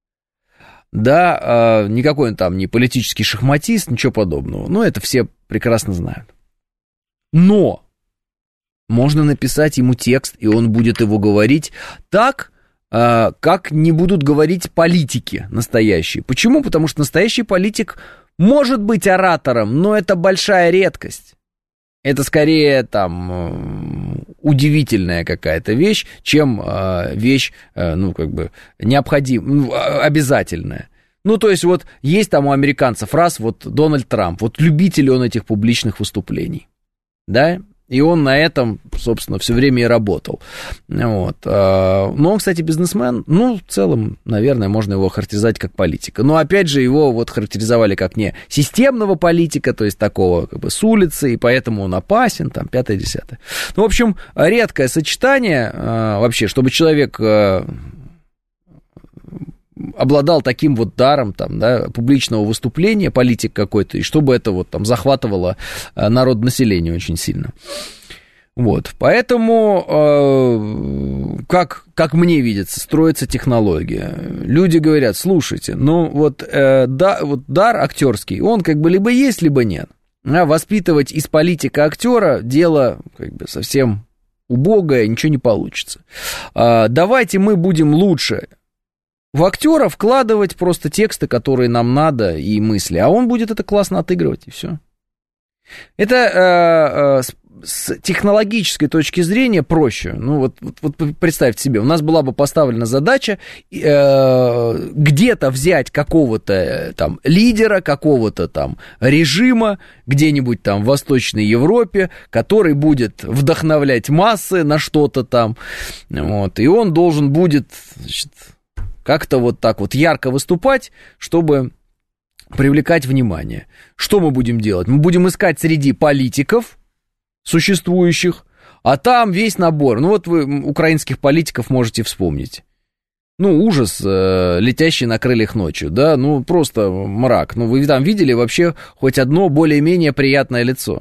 Да, никакой он там не политический шахматист, ничего подобного. Но это все прекрасно знают. Но можно написать ему текст, и он будет его говорить так, как не будут говорить политики настоящие. Почему? Потому что настоящий политик может быть оратором, но это большая редкость. Это скорее там удивительная какая-то вещь, чем вещь, ну, как бы, необходимая, обязательная. Ну, то есть, вот есть там у американцев раз, вот Дональд Трамп, вот любитель он этих публичных выступлений, да, и он на этом, собственно, все время и работал. Вот. Но он, кстати, бизнесмен. Ну, в целом, наверное, можно его характеризовать как политика. Но, опять же, его вот характеризовали как не системного политика, то есть такого как бы с улицы, и поэтому он опасен, там, пятое-десятое. Ну, в общем, редкое сочетание вообще, чтобы человек обладал таким вот даром, там, да, публичного выступления, политик какой-то, и чтобы это вот там захватывало народонаселение очень сильно. Вот, поэтому, э, как, как мне видится, строится технология. Люди говорят, слушайте, ну вот, э, да, вот дар актерский, он как бы либо есть, либо нет. А воспитывать из политика актера дело как бы совсем убогое, ничего не получится. А, давайте мы будем лучше в актера вкладывать просто тексты, которые нам надо, и мысли, а он будет это классно отыгрывать, и все. Это э, э, с, с технологической точки зрения проще. Ну вот, вот, вот представьте себе, у нас была бы поставлена задача э, где-то взять какого-то там лидера, какого-то там режима, где-нибудь там в Восточной Европе, который будет вдохновлять массы на что-то там, вот, и он должен будет, значит, как-то вот так вот ярко выступать, чтобы привлекать внимание. Что мы будем делать? Мы будем искать среди политиков существующих, а там весь набор. Ну вот вы украинских политиков можете вспомнить. Ну, ужас, э, летящий на крыльях ночью, да, ну просто мрак. Ну вы там видели вообще хоть одно более-менее приятное лицо?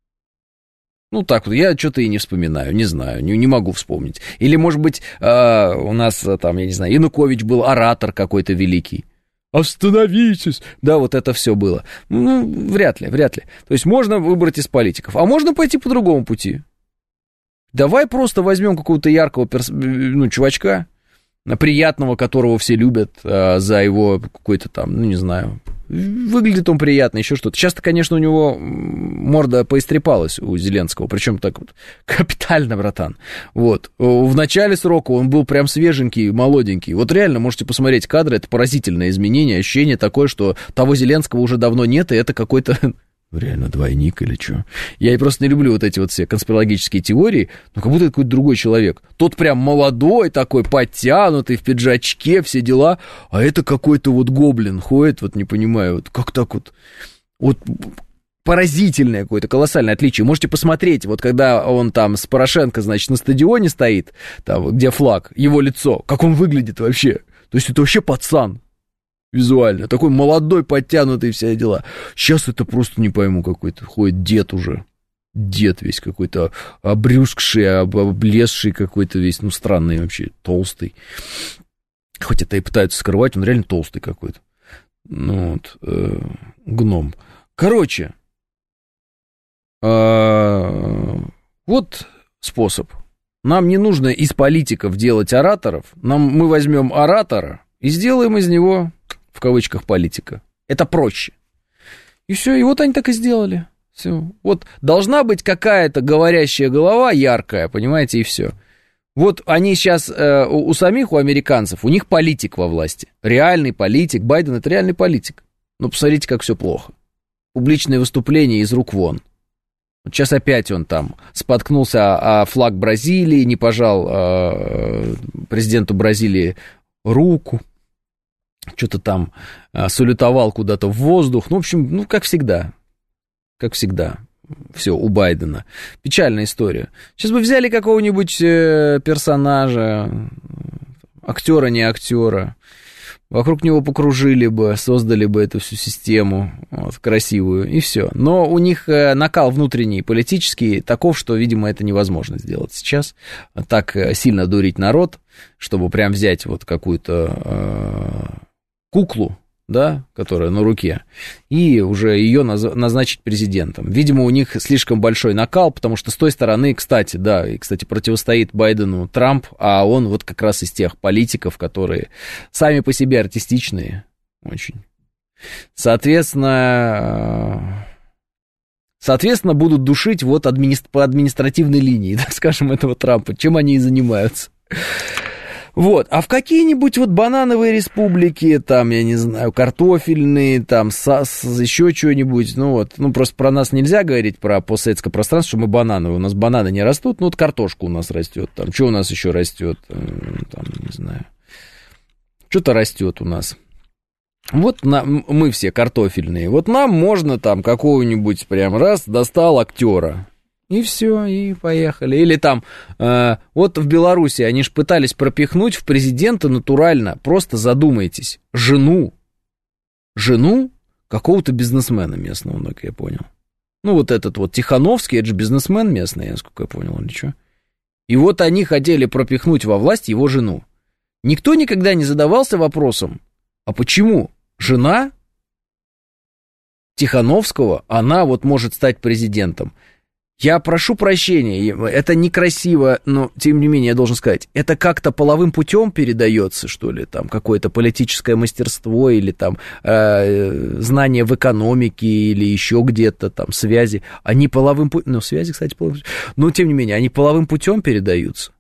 Ну, так вот, я что-то и не вспоминаю, не знаю, не, не могу вспомнить. Или, может быть, э, у нас там, я не знаю, Янукович был оратор какой-то великий. Остановитесь! Да, вот это все было. Ну, вряд ли, вряд ли. То есть можно выбрать из политиков, а можно пойти по другому пути. Давай просто возьмем какого-то яркого перс... ну, чувачка, приятного, которого все любят э, за его какой-то там, ну, не знаю... Выглядит он приятно, еще что-то. Часто, конечно, у него морда поистрепалась у Зеленского, причем так вот капитально, братан. Вот. В начале срока он был прям свеженький, молоденький. Вот реально, можете посмотреть кадры, это поразительное изменение, ощущение такое, что того Зеленского уже давно нет, и это какой-то... Реально двойник или что? Я и просто не люблю вот эти вот все конспирологические теории, но как будто это какой-то другой человек. Тот прям молодой такой, подтянутый, в пиджачке, все дела, а это какой-то вот гоблин ходит, вот не понимаю, вот как так вот, вот поразительное какое-то, колоссальное отличие. Можете посмотреть, вот когда он там с Порошенко, значит, на стадионе стоит, там, где флаг, его лицо, как он выглядит вообще. То есть это вообще пацан. Визуально, такой молодой, подтянутый, все дела. Сейчас это просто не пойму, какой-то ходит дед уже. Дед весь какой-то обрюзгший, облезший какой-то весь, ну, странный вообще, толстый. Хоть это и пытаются скрывать, он реально толстый какой-то. Ну вот, э, гном. Короче, э, вот способ. Нам не нужно из политиков делать ораторов. Нам, мы возьмем оратора и сделаем из него... в кавычках политика. Это проще. И все, и вот они так и сделали. Все. Вот должна быть какая-то говорящая голова яркая, понимаете, и все. Вот они сейчас, э, у, у самих, у американцев, у них политик во власти. Реальный политик. Байден — это реальный политик. Но посмотрите, как все плохо. Публичные выступления из рук вон. Вот сейчас опять он там споткнулся о флаг Бразилии, не пожал э, президенту Бразилии руку. Что-то там э, салютовал куда-то в воздух. Ну, в общем, ну, как всегда. Как всегда. Все, у Байдена. Печальная история. Сейчас бы взяли какого-нибудь э, персонажа, актера, не актера, вокруг него покружили бы, создали бы эту всю систему вот, красивую, и все. Но у них э, накал внутренний, политический, таков, что, видимо, это невозможно сделать сейчас. Так э, сильно дурить народ, чтобы прям взять вот какую-то э, куклу, да, которая на руке, и уже ее наз- назначить президентом. Видимо, у них слишком большой накал, потому что с той стороны, кстати, да, и, кстати, противостоит Байдену Трамп, а он вот как раз из тех политиков, которые сами по себе артистичные очень. Соответственно, соответственно, будут душить вот админи- по административной линии, так скажем, этого Трампа, чем они и занимаются. Вот, а в какие-нибудь вот банановые республики, там, я не знаю, картофельные, там, САС, еще что-нибудь, ну вот, ну просто про нас нельзя говорить, про постсоветское пространство, что мы банановые, у нас бананы не растут, ну вот картошка у нас растет, там, что у нас еще растет, там, не знаю, что-то растет у нас. Вот на, мы все картофельные, вот нам можно там какого-нибудь прям раз достал актера. И все, и поехали. Или там, э, вот в Беларуси они же пытались пропихнуть в президента натурально, просто задумайтесь, жену, жену какого-то бизнесмена местного, как я понял. Ну, вот этот вот Тихановский, это же бизнесмен местный, насколько я понял, или что. И вот они хотели пропихнуть во власть его жену. Никто никогда не задавался вопросом, а почему жена Тихановского, она вот может стать президентом? Я прошу прощения, это некрасиво, но, тем не менее, я должен сказать, это как-то половым путем передается, что ли, там, какое-то политическое мастерство или там э, знания в экономике или еще где-то там связи, они половым путем, ну, связи, кстати, половым путем, но, тем не менее, они половым путем передаются.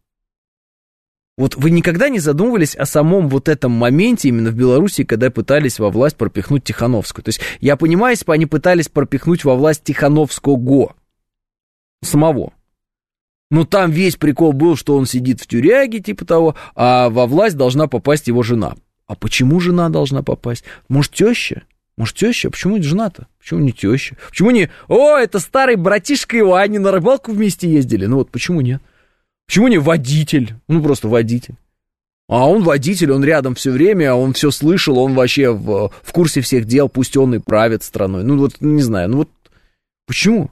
Вот вы никогда не задумывались о самом вот этом моменте именно в Беларуси, когда пытались во власть пропихнуть Тихановскую? То есть, я понимаю, если бы они пытались пропихнуть во власть Тихановского, самого. Но там весь прикол был, что он сидит в тюряге, типа того, а во власть должна попасть его жена. А почему жена должна попасть? Может, теща? Может, теща? Почему не жена-то? Почему не теща? Почему не, о, это старый братишка его, они на рыбалку вместе ездили? Ну вот, почему нет? Почему не водитель? Ну, просто водитель. А он водитель, он рядом все время, он все слышал, он вообще в, в курсе всех дел, пусть он и правит страной. Ну, вот, не знаю, ну вот, почему?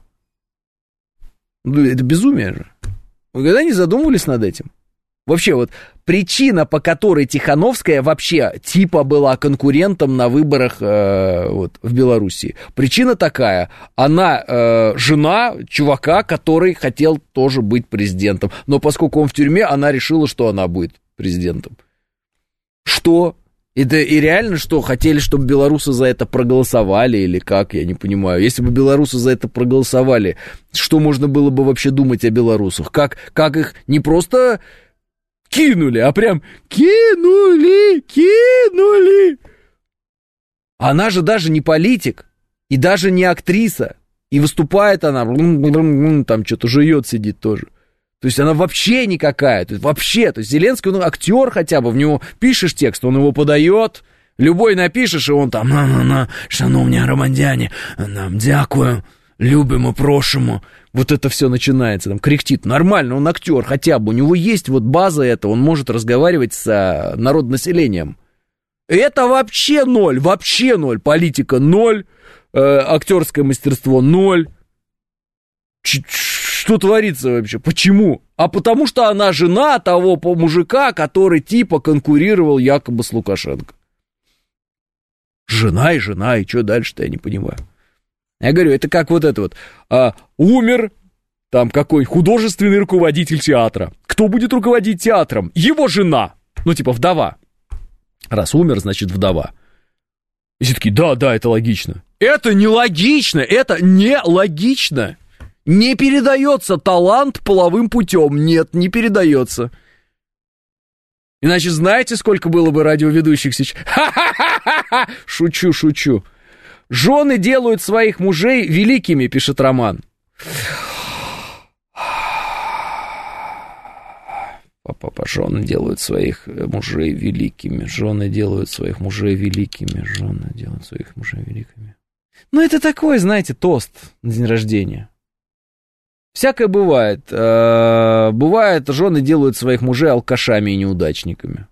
Это безумие же. Вы когда не задумывались над этим? Вообще вот причина, по которой Тихановская вообще типа была конкурентом на выборах э, вот, в Белоруссии. Причина такая. Она э, жена чувака, который хотел тоже быть президентом. Но поскольку он в тюрьме, она решила, что она будет президентом. Что? Это и реально что, хотели, чтобы белорусы за это проголосовали или как, я не понимаю. Если бы белорусы за это проголосовали, что можно было бы вообще думать о белорусах? Как, как их не просто кинули, а прям кинули, кинули. Она же даже не политик и даже не актриса. И выступает она, там что-то жует, сидит тоже. То есть она вообще никакая, то есть вообще, то есть Зеленский, он актер хотя бы, в него пишешь текст, он его подает, любой напишешь, и он там, на-на-на, шановні громадяне, нам дякую, любимо, прошимо, вот это все начинается, там, кряхтит, нормально, он актер хотя бы, у него есть вот база эта, он может разговаривать с народонаселением. Это вообще ноль, вообще ноль, политика ноль, э, актерское мастерство ноль. Ч- Что творится вообще? Почему? А потому что она жена того мужика, который типа конкурировал якобы с Лукашенко. Жена и жена, и что дальше-то, я не понимаю. Я говорю, это как вот это вот. А, умер там какой художественный руководитель театра. Кто будет руководить театром? Его жена. Ну, типа вдова. Раз умер, значит вдова. И все такие, да, да, это логично. Это нелогично, это нелогично. Не передается талант половым путем. Нет, не передается. Иначе знаете, сколько было бы радиоведущих сейчас? Ха-ха-ха-ха! Шучу, шучу. Жены делают своих мужей великими, пишет Роман. Папа, жены делают своих мужей великими. Жены делают своих мужей великими. Жены делают своих мужей великими. Ну, это такой, знаете, тост на день рождения. Всякое бывает. Бывает, жены делают своих мужей алкашами и неудачниками.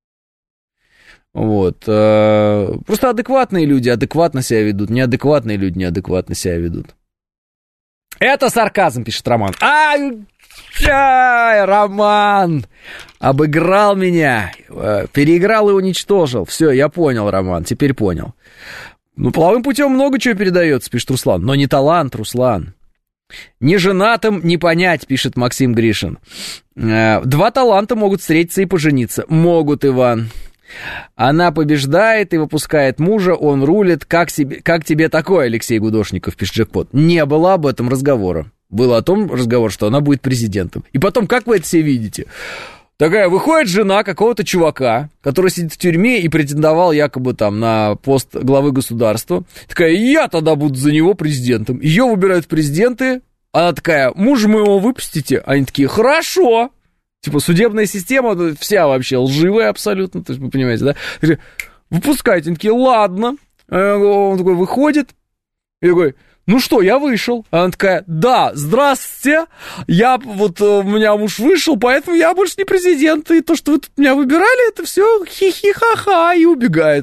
Вот. Просто адекватные люди адекватно себя ведут. Неадекватные люди неадекватно себя ведут. Это сарказм, пишет Роман. Ай, ай, Роман! Обыграл меня. Переиграл и уничтожил. Все, я понял, Роман, теперь понял. Ну, половым путем много чего передается, пишет Руслан. Но не талант, Руслан. Не женатым не понять, пишет Максим Гришин. Два таланта могут встретиться и пожениться. Могут, Иван. Она побеждает и выпускает мужа, он рулит. Как, себе, как тебе такое, Алексей Гудошников, пишет Джекпот? Не было об этом разговора. Было о том разговор, что она будет президентом. И потом, как вы это все видите? Такая выходит жена какого-то чувака, который сидит в тюрьме и претендовал якобы там на пост главы государства. Такая, я тогда буду за него президентом. Ее выбирают в президенты. Она такая, мужа моего выпустите? Они такие, хорошо. Типа судебная система вся вообще лживая абсолютно. То есть вы понимаете, да? Выпускайте. Они такие, ладно. Он такой выходит. И такой... Ну что, я вышел. Она такая, да, здравствуйте, я вот, у меня муж вышел, поэтому я больше не президент, и то, что вы тут меня выбирали, это все хи-хи-ха-ха, и убегает.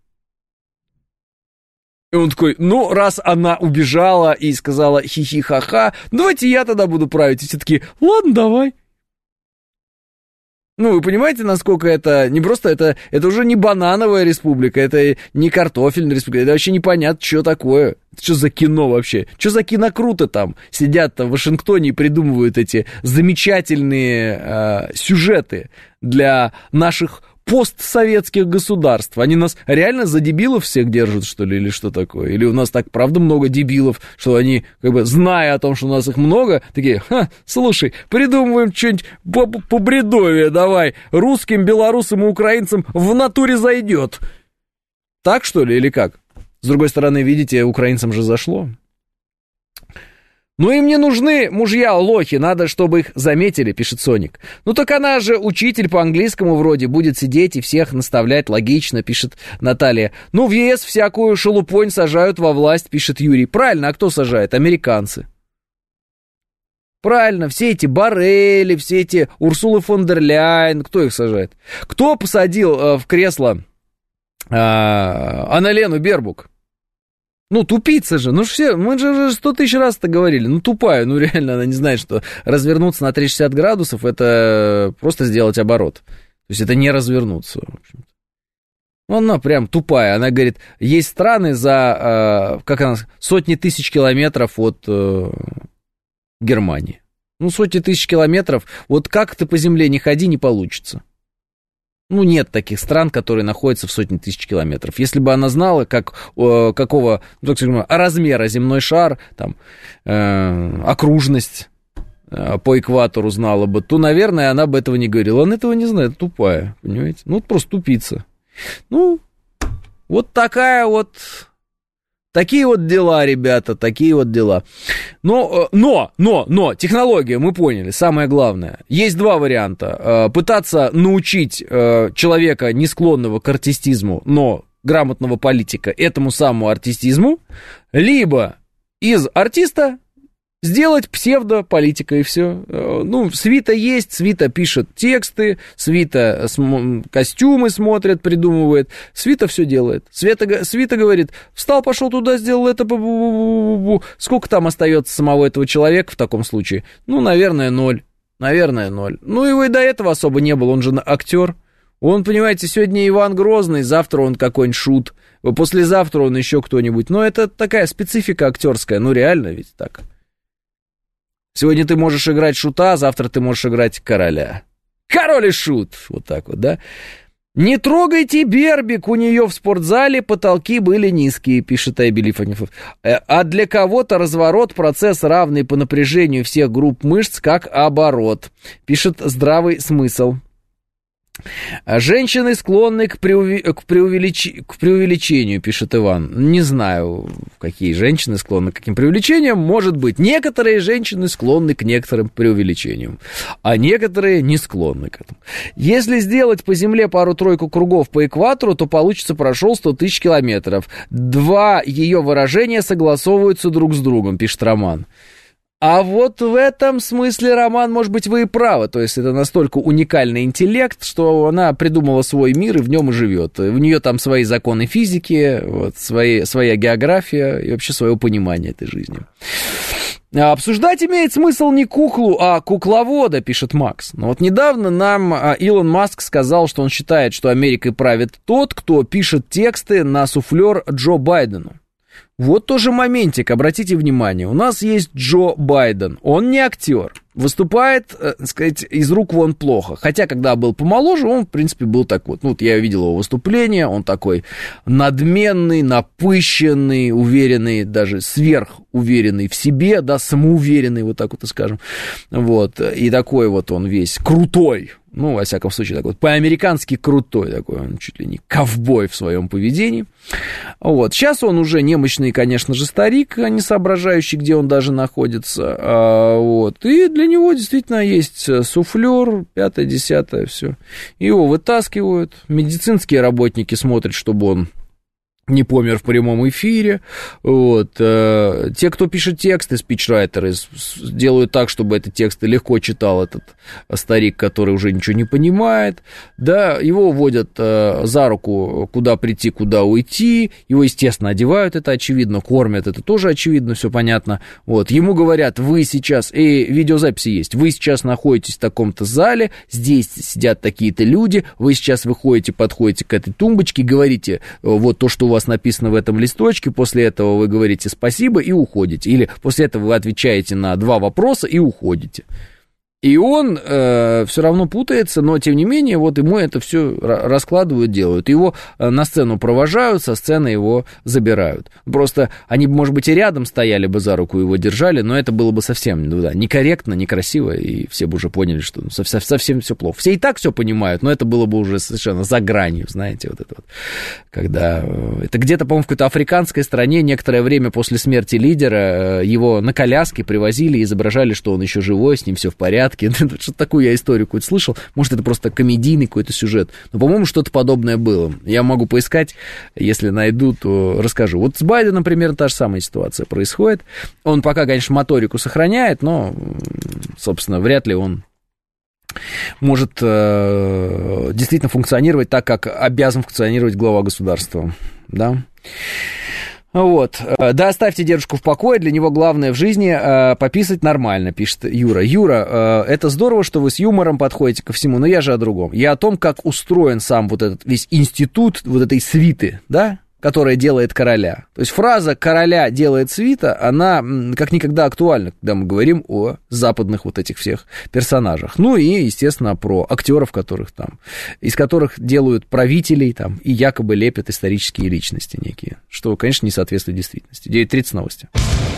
И он такой, ну, раз она убежала и сказала хи-хи-ха-ха, давайте я тогда буду править. И все такие, ладно, давай. Ну, вы понимаете, насколько это не просто, это, это уже не банановая республика, это не картофельная республика, это вообще непонятно, что такое. Это что за кино вообще? Что за кинокруто там? Сидят там в Вашингтоне и придумывают эти замечательные э, сюжеты для наших постсоветских государств. Они нас реально за дебилов всех держат, что ли, или что такое? Или у нас так, правда, много дебилов, что они, как бы, зная о том, что у нас их много, такие, ха, слушай, придумываем что-нибудь побредовее, давай, русским, белорусам и украинцам в натуре зайдет. Так, что ли, или как? С другой стороны, видите, украинцам же зашло. Ну, им не нужны мужья-лохи, надо, чтобы их заметили, пишет Соник. Ну, так она же учитель по английскому вроде, будет сидеть и всех наставлять, логично, пишет Наталья. Ну, в ЕС всякую шелупонь сажают во власть, пишет Юрий. Правильно, а кто сажает? Американцы. Правильно, все эти Боррелли, все эти Урсулы фон дер Ляйен, кто их сажает? Кто посадил э, в кресло э, Анналену Бербук? Ну, тупица же, ну все, мы же уже сто тысяч раз это говорили, ну тупая, ну реально она не знает, что развернуться на триста шестьдесят градусов, это просто сделать оборот, то есть это не развернуться, в общем-то. Ну, она прям тупая, она говорит, есть страны за, как она, сотни тысяч километров от э, Германии, ну сотни тысяч километров, вот как ты по земле не ходи, не получится. Ну, нет таких стран, которые находятся в сотни тысяч километров. Если бы она знала, как, э, какого, ну, так скажем, размера земной шар, там, э, окружность э, по экватору знала бы, то, наверное, она бы этого не говорила. Она этого не знает, тупая, понимаете? Ну, вот просто тупица. Ну, вот такая вот... Такие вот дела, ребята, такие вот дела. Но, но, но, но, технология, мы поняли, самое главное. Есть два варианта. Пытаться научить человека, не склонного к артистизму, но грамотного политика, этому самому артистизму, либо из артиста сделать псевдополитика, и все. Ну, Свита есть, Свита пишет тексты, Свита см- костюмы смотрит, придумывает. Свита все делает. Света, Свита говорит, встал, пошел туда, сделал это. Бу-бу-бу-бу-бу. Сколько там остается самого этого человека в таком случае? Ну, наверное, ноль. Наверное, ноль. Ну, его и до этого особо не было, он же актер. Он, понимаете, сегодня Иван Грозный, завтра он какой-нибудь Шут, послезавтра он еще кто-нибудь. Но это такая специфика актерская, ну, реально ведь так. Сегодня ты можешь играть Шута, завтра ты можешь играть короля. Король и Шут. Вот так вот, да? Не трогайте Бербик, у нее в спортзале потолки были низкие, пишет Айбелифанифов. А для кого-то разворот, процесс равный по напряжению всех групп мышц, как оборот, пишет Здравый смысл. Женщины склонны к, преуве... к, преувелич... к преувеличению, пишет Иван. Не знаю, какие женщины склонны к каким преувеличениям. Может быть, некоторые женщины склонны к некоторым преувеличениям, а некоторые не склонны к этому. Если сделать по Земле пару-тройку кругов по экватору, то получится прошел сто тысяч километров. Два ее выражения согласовываются друг с другом, пишет Роман. А вот в этом смысле, Роман, может быть, вы и правы. То есть это настолько уникальный интеллект, что она придумала свой мир и в нем и живет. У нее там свои законы физики, вот, свои, своя география и вообще свое понимание этой жизни. Обсуждать имеет смысл не куклу, а кукловода, пишет Макс. Но вот недавно нам Илон Маск сказал, что он считает, что Америкой правит тот, кто пишет тексты на суфлер Джо Байдену. Вот тоже моментик, обратите внимание, у нас есть Джо Байден, он не актер, выступает, так сказать, из рук вон плохо, хотя, когда был помоложе, он, в принципе, был так вот, ну, вот я видел его выступление, он такой надменный, напыщенный, уверенный, даже сверхуверенный в себе, да, самоуверенный, вот так вот и скажем, вот, и такой вот он весь крутой. Ну, во всяком случае, такой по-американски крутой такой, он чуть ли не ковбой в своем поведении. Вот, сейчас он уже немощный, конечно же, старик, не соображающий, где он даже находится. А, вот, и для него действительно есть суфлер, пятое, десятое, все. Его вытаскивают, медицинские работники смотрят, чтобы он не помер в прямом эфире, вот, э, те, кто пишет тексты, спичрайтеры, делают так, чтобы эти тексты легко читал этот старик, который уже ничего не понимает, да, его водят э, за руку, куда прийти, куда уйти, его, естественно, одевают, это очевидно, кормят, это тоже очевидно, все понятно, вот, ему говорят, вы сейчас, и видеозаписи есть, вы сейчас находитесь в таком-то зале, здесь сидят такие-то люди, вы сейчас выходите, подходите к этой тумбочке, говорите, вот то, что у вас написано в этом листочке, после этого вы говорите спасибо и уходите. Или после этого вы отвечаете на два вопроса и уходите. И он э, все равно путается, но тем не менее, вот ему это все раскладывают, делают. Его на сцену провожают, со сцены его забирают. Просто они, может быть, и рядом стояли бы за руку, его держали, но это было бы совсем ну, да, некорректно, некрасиво, и все бы уже поняли, что ну, совсем, совсем все плохо. Все и так все понимают, но это было бы уже совершенно за гранью, знаете, вот это вот. Когда это где-то, по-моему, в какой-то африканской стране некоторое время после смерти лидера его на коляске привозили и изображали, что он еще живой, с ним все в порядке. Что-то такую я историю какую-то слышал. Может, это просто комедийный какой-то сюжет. Но, по-моему, что-то подобное было. Я могу поискать, если найду, то расскажу. Вот с Байденом примерно та же самая ситуация происходит. Он пока, конечно, моторику сохраняет, но, собственно, вряд ли он может э, действительно функционировать так, как обязан функционировать глава государства. Да? Вот, да, оставьте дедушку в покое, для него главное в жизни э, пописать нормально, пишет Юра. Юра, э, это здорово, что вы с юмором подходите ко всему, но я же о другом. Я о том, как устроен сам вот этот весь институт вот этой свиты, да, которая делает короля. То есть фраза «короля делает свита», она как никогда актуальна, когда мы говорим о западных вот этих всех персонажах. Ну и, естественно, про актеров, которых там, из которых делают правителей там и якобы лепят исторические личности некие, что, конечно, не соответствует действительности. девять тридцать новости.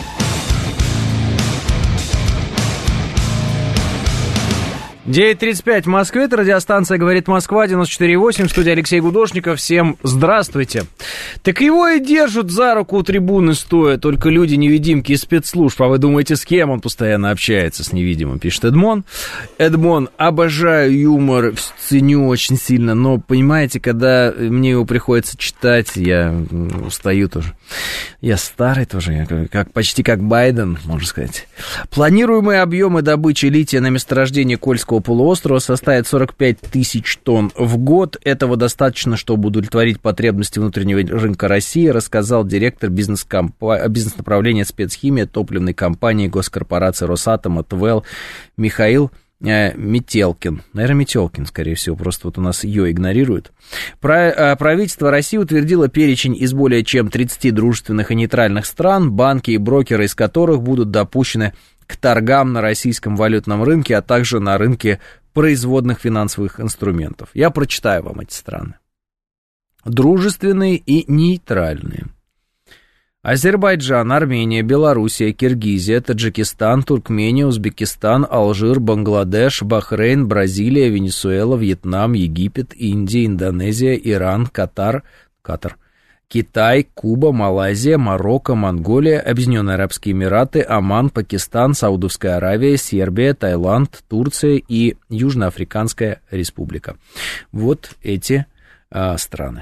девять тридцать пять в Москве, это радиостанция «Говорит Москва», девяносто четыре восемь, в студии Алексей Гудошников, всем здравствуйте. Так его и держат за руку у трибуны стоя, только люди-невидимки из спецслужб, а вы думаете, с кем он постоянно общается, с невидимым, пишет Эдмон. Эдмон, обожаю юмор, ценю очень сильно, но, понимаете, когда мне его приходится читать, я устаю тоже. Я старый тоже, я как, как, почти как Байден, можно сказать. Планируемые объемы добычи лития на месторождении Кольского полуострова составит сорок пять тысяч тонн в год. Этого достаточно, чтобы удовлетворить потребности внутреннего рынка России, рассказал директор бизнес-компа... бизнес-направления спецхимия топливной компании госкорпорации Росатома ТВЭЛ Михаил Метелкин. Наверное, Метелкин, скорее всего, просто вот у нас ее игнорируют. Правительство России утвердило перечень из более чем тридцати дружественных и нейтральных стран, банки и брокеры из которых будут допущены к торгам на российском валютном рынке, а также на рынке производных финансовых инструментов. Я прочитаю вам эти страны. Дружественные и нейтральные. Азербайджан, Армения, Белоруссия, Киргизия, Таджикистан, Туркмения, Узбекистан, Алжир, Бангладеш, Бахрейн, Бразилия, Венесуэла, Вьетнам, Египет, Индия, Индонезия, Иран, Катар, Катар, Китай, Куба, Малайзия, Марокко, Монголия, Объединенные Арабские Эмираты, Оман, Пакистан, Саудовская Аравия, Сербия, Таиланд, Турция и Южноафриканская Республика. Вот эти а, страны.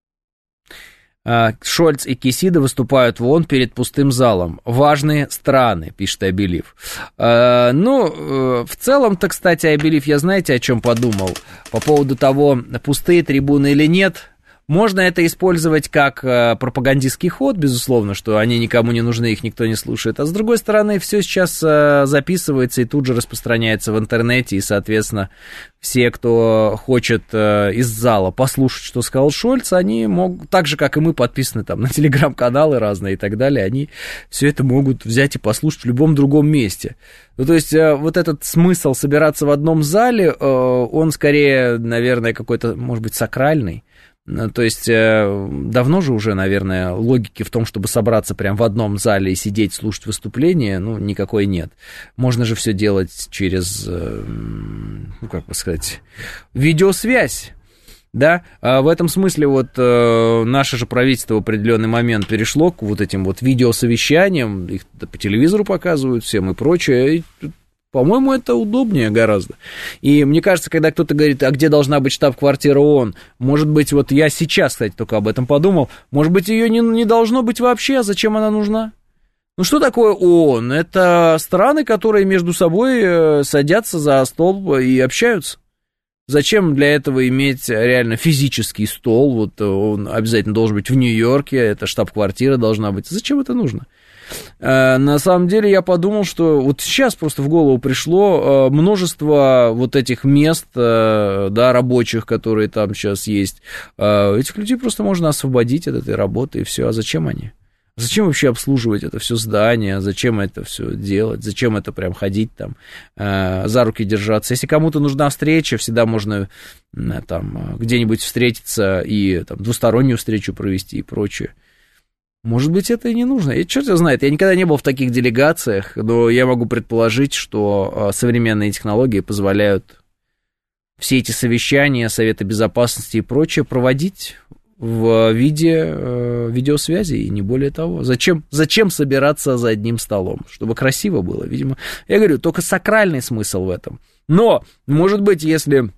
Шольц и Кисида выступают в ООН перед пустым залом. Важные страны, пишет Абелив. А, ну, в целом-то, кстати, Абелив, я знаете, о чем подумал? По поводу того, пустые трибуны или нет. Можно это использовать как пропагандистский ход, безусловно, что они никому не нужны, их никто не слушает. А с другой стороны, все сейчас записывается и тут же распространяется в интернете, и, соответственно, все, кто хочет из зала послушать, что сказал Шольц, они могут, так же, как и мы, подписаны там на телеграм-каналы разные и так далее, они все это могут взять и послушать в любом другом месте. Ну, то есть, вот этот смысл собираться в одном зале, он скорее, наверное, какой-то, может быть, сакральный. То есть, давно же уже, наверное, логики в том, чтобы собраться прямо в одном зале и сидеть, слушать выступление, ну, никакой нет. Можно же все делать через, ну, как бы сказать, видеосвязь. Да, в этом смысле вот наше же правительство в определенный момент перешло к вот этим вот видеосовещаниям, их по телевизору показывают всем и прочее, и, по-моему, это удобнее гораздо. И мне кажется, когда кто-то говорит, а где должна быть штаб-квартира ООН, может быть, вот я сейчас, кстати, только об этом подумал, может быть, ее не, не должно быть вообще, а зачем она нужна? Ну, что такое ООН? Это страны, которые между собой садятся за стол и общаются. Зачем для этого иметь реально физический стол? Вот он обязательно должен быть в Нью-Йорке, это штаб-квартира должна быть. Зачем это нужно? На самом деле я подумал, что вот сейчас просто в голову пришло множество вот этих мест, да, рабочих, которые там сейчас есть. Этих людей просто можно освободить от этой работы, и все. А зачем они? Зачем вообще обслуживать это все здание? Зачем это все делать? Зачем это прям ходить там, за руки держаться? Если кому-то нужна встреча, всегда можно там где-нибудь встретиться и там, двустороннюю встречу провести и прочее. Может быть, это и не нужно. И черт его знает, я никогда не был в таких делегациях, но я могу предположить, что современные технологии позволяют все эти совещания, Советы Безопасности и прочее проводить в виде э, видеосвязи, и не более того. Зачем, зачем собираться за одним столом? Чтобы красиво было, видимо. Я говорю, только сакральный смысл в этом. Но, может быть, если...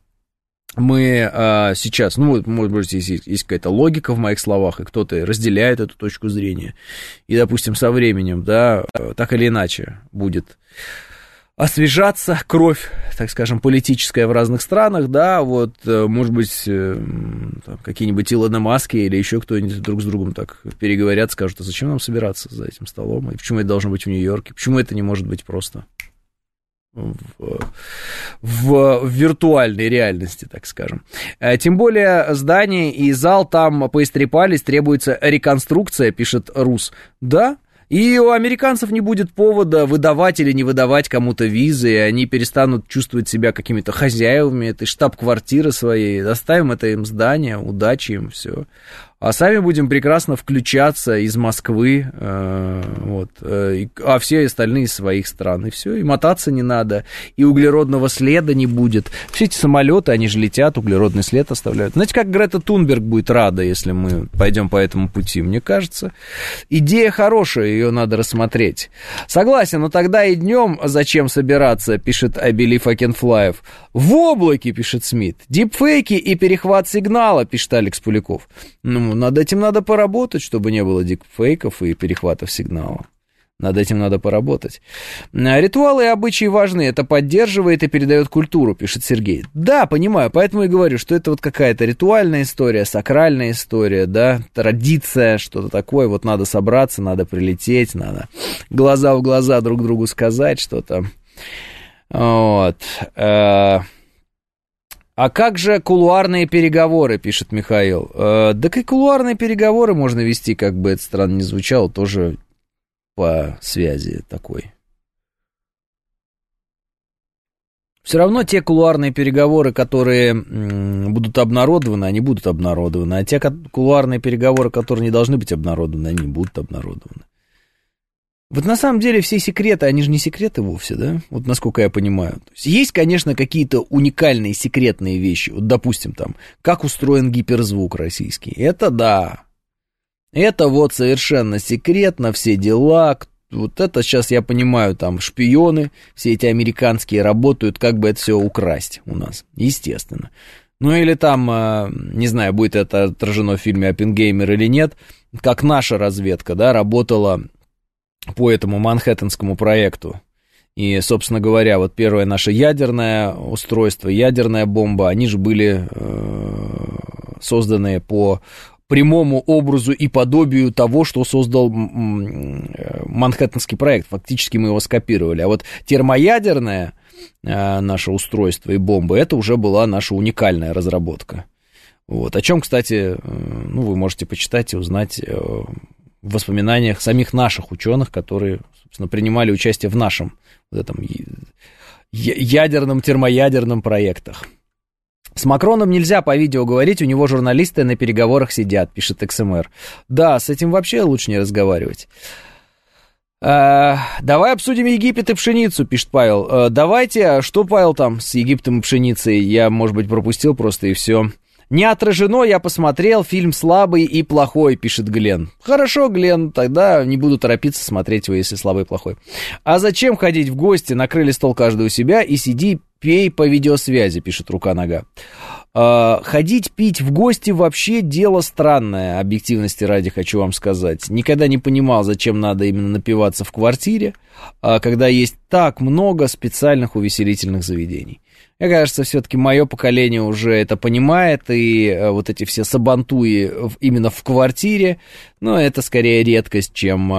Мы а, сейчас, ну, может быть, есть, есть какая-то логика в моих словах, и кто-то разделяет эту точку зрения, и, допустим, со временем, да, так или иначе будет освежаться кровь, так скажем, политическая в разных странах, да, вот, может быть, там, какие-нибудь Илоны Маски или еще кто-нибудь друг с другом так переговорят, скажут, а зачем нам собираться за этим столом, и почему это должно быть в Нью-Йорке, почему это не может быть просто... В, в, в виртуальной реальности, так скажем. Тем более здание и зал там поистрепались, требуется реконструкция, пишет Рус. Да, и у американцев не будет повода выдавать или не выдавать кому-то визы, и они перестанут чувствовать себя какими-то хозяевами этой штаб-квартиры своей. Доставим это им здание, удачи им, все. А сами будем прекрасно включаться из Москвы, э, вот, э, а все остальные из своих стран, и все, и мотаться не надо, и углеродного следа не будет. Все эти самолеты, они же летят, углеродный след оставляют. Знаете, как Грета Тунберг будет рада, если мы пойдем по этому пути? Мне кажется, идея хорошая, ее надо рассмотреть. Согласен, но тогда и днем зачем собираться, пишет Абелиф Акинфлаев. В облаке, пишет Смит. Дипфейки и перехват сигнала, пишет Алекс Пуляков. Ну, над этим надо поработать, чтобы не было дипфейков и перехватов сигнала. Над этим надо поработать. Ритуалы и обычаи важны, это поддерживает и передает культуру, пишет Сергей. Да, понимаю, поэтому и говорю, что это вот какая-то ритуальная история, сакральная история, да, традиция, что-то такое, вот надо собраться, надо прилететь, надо глаза в глаза друг другу сказать что-то. Вот. А как же кулуарные переговоры, пишет Михаил. Э, так и кулуарные переговоры можно вести, как бы это странно ни звучало, тоже по связи такой. Все равно те кулуарные переговоры, которые м, будут обнародованы, они будут обнародованы, а те кулуарные переговоры, которые не должны быть обнародованы, они не будут обнародованы. Вот на самом деле все секреты, они же не секреты вовсе, да? Вот насколько я понимаю. То есть, есть, конечно, какие-то уникальные секретные вещи. Вот, допустим, там, как устроен гиперзвук российский. Это да. Это вот совершенно секретно, все дела. Вот это сейчас, я понимаю, там шпионы, все эти американские работают, как бы это все украсть у нас, естественно. Ну или там, не знаю, будет это отражено в фильме «Оппенгеймер» или нет, как наша разведка, да, работала по этому манхэттенскому проекту. И, собственно говоря, вот первое наше ядерное устройство, ядерная бомба, они же были э, созданы по прямому образу и подобию того, что создал манхэттенский проект. Фактически мы его скопировали. А вот термоядерное э, наше устройство и бомба, это уже была наша уникальная разработка. Вот. О чем, кстати, э, ну, вы можете почитать и узнать э, в воспоминаниях самих наших ученых, которые, собственно, принимали участие в нашем вот этом ядерном, термоядерном проектах. С Макроном нельзя по видео говорить, у него журналисты на переговорах сидят, пишет икс эм эр. Да, с этим вообще лучше не разговаривать. А, давай обсудим Египет и пшеницу, пишет Павел. А, давайте, что, Павел, там с Египтом и пшеницей? Я, может быть, пропустил просто и все. Не отражено, я посмотрел, фильм слабый и плохой, пишет Глен. Хорошо, Глен, тогда не буду торопиться смотреть его, если слабый и плохой. А зачем ходить в гости, накрыли стол каждый у себя и сиди, пей по видеосвязи, пишет Рука-нога. А, ходить пить в гости вообще дело странное, объективности ради хочу вам сказать. Никогда не понимал, зачем надо именно напиваться в квартире, а, когда есть так много специальных увеселительных заведений. Мне кажется, все-таки мое поколение уже это понимает, и вот эти все сабантуи именно в квартире, ну, это скорее редкость, чем,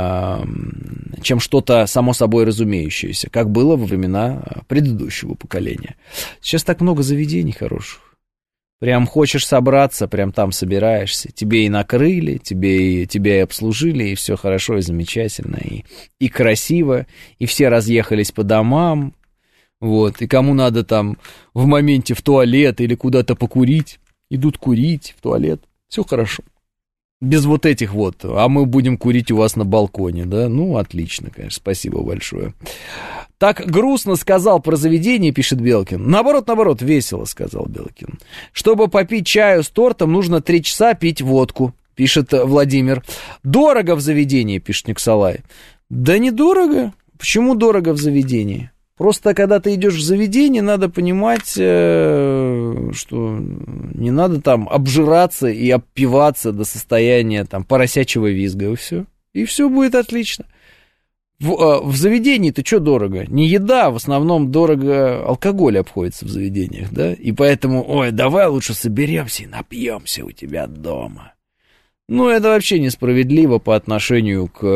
чем что-то само собой разумеющееся, как было во времена предыдущего поколения. Сейчас так много заведений хороших. Прям хочешь собраться, прям там собираешься. Тебе и накрыли, тебе и, тебя и обслужили, и все хорошо и замечательно, и, и красиво, и все разъехались по домам. Вот, и кому надо там в моменте в туалет или куда-то покурить, идут курить в туалет, все хорошо. Без вот этих вот, а мы будем курить у вас на балконе, да, ну, отлично, конечно, спасибо большое. Так грустно сказал про заведение, пишет Белкин. Наоборот, наоборот, весело, сказал Белкин. Чтобы попить чаю с тортом, нужно три часа пить водку, пишет Владимир. Дорого в заведении, пишет Никсалай. Да недорого. Почему дорого в заведении? Просто когда ты идешь в заведение, надо понимать, что не надо там обжираться и опиваться до состояния там поросячьего визга, и все. И все будет отлично. В, в заведении-то что дорого? Не еда, в основном дорого алкоголь обходится в заведениях, да? И поэтому, ой, давай лучше соберемся и напьемся у тебя дома. Ну, это вообще несправедливо по отношению к,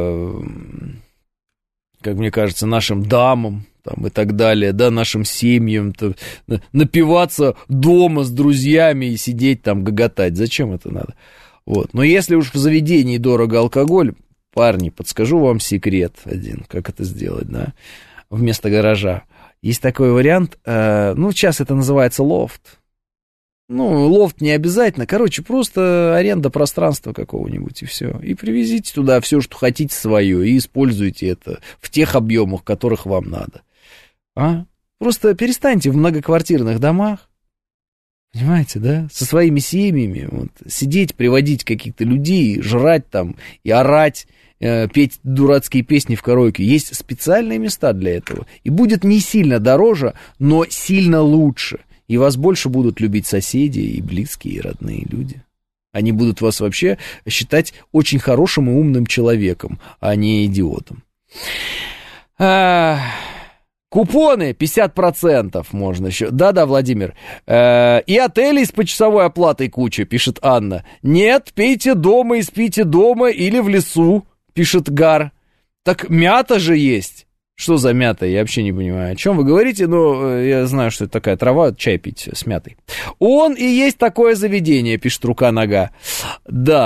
как мне кажется, нашим дамам. Там, и так далее, да, нашим семьям, то, напиваться дома с друзьями и сидеть там, гоготать. Зачем это надо? Вот. Но если уж в заведении дорого алкоголь, парни, подскажу вам секрет один, как это сделать, да, вместо гаража. Есть такой вариант, э, ну, сейчас это называется лофт. Ну, лофт не обязательно, короче, просто аренда пространства какого-нибудь, и все. И привезите туда все, что хотите свое, и используйте это в тех объемах, которых вам надо. А? Просто перестаньте в многоквартирных домах, понимаете, да, со своими семьями, вот, сидеть, приводить каких-то людей, жрать там и орать, э, петь дурацкие песни в караоке. Есть специальные места для этого. И будет не сильно дороже, но сильно лучше. И вас больше будут любить соседи и близкие, и родные люди. Они будут вас вообще считать очень хорошим и умным человеком, а не идиотом. А... Купоны пятьдесят процентов можно еще. Да-да, Владимир. Э-э- и отели с почасовой оплатой куча, пишет Анна. Нет, пейте дома и спите дома или в лесу, пишет Гар. Так мята же есть. Что за мята? Я вообще не понимаю, о чем вы говорите, но я знаю, что это такая трава, чай пить с мятой. Он и есть такое заведение, пишет Рука-нога. Да.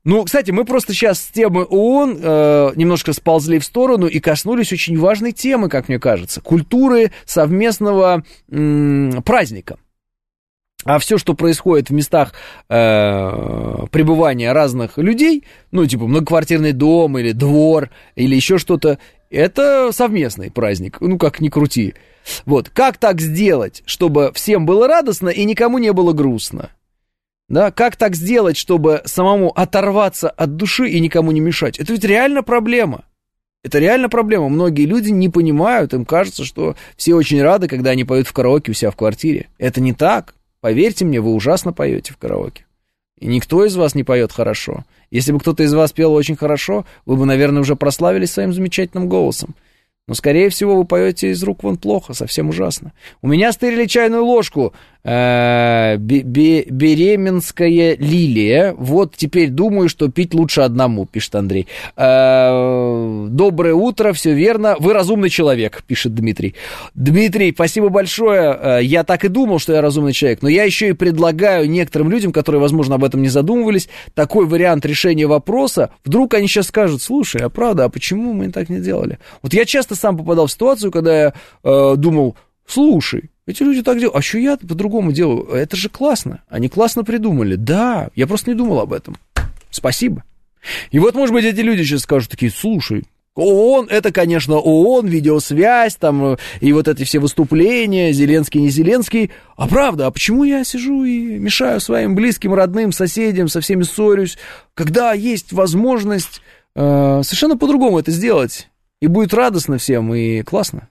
Ну, кстати, мы просто сейчас с темы ООН э, немножко сползли в сторону и коснулись очень важной темы, как мне кажется, культуры совместного м- праздника. А все, что происходит в местах э, пребывания разных людей, ну, типа многоквартирный дом или двор, или еще что-то, это совместный праздник, ну, как ни крути. Вот, как так сделать, чтобы всем было радостно и никому не было грустно? Да, как так сделать, чтобы самому оторваться от души и никому не мешать? Это ведь реально проблема. Это реально проблема. Многие люди не понимают, им кажется, что все очень рады, когда они поют в караоке у себя в квартире. Это не так. Поверьте мне, вы ужасно поете в караоке. И никто из вас не поет хорошо. Если бы кто-то из вас пел очень хорошо, вы бы, наверное, уже прославились своим замечательным голосом. Но, скорее всего, вы поете из рук вон плохо, совсем ужасно. У меня стырили чайную ложку. Э, беременская лилия. Вот теперь думаю, что пить лучше одному, пишет Андрей. Э, доброе утро, все верно. Вы разумный человек, пишет Дмитрий. Дмитрий, спасибо большое. Я так и думал, что я разумный человек. Но я еще и предлагаю некоторым людям, которые, возможно, об этом не задумывались, такой вариант решения вопроса. Вдруг они сейчас скажут: слушай, а правда, а почему мы так не делали? Вот я часто сам попадал в ситуацию, когда я э, думал: слушай, эти люди так делают, а что я по-другому делаю? Это же классно, они классно придумали. Да, я просто не думал об этом. Спасибо. И вот, может быть, эти люди сейчас скажут такие: слушай, ООН, это, конечно, ООН, видеосвязь, там, и вот эти все выступления, Зеленский, не Зеленский. А правда, а почему я сижу и мешаю своим близким, родным, соседям, со всеми ссорюсь, когда есть возможность э, совершенно по-другому это сделать? И будет радостно всем, и классно.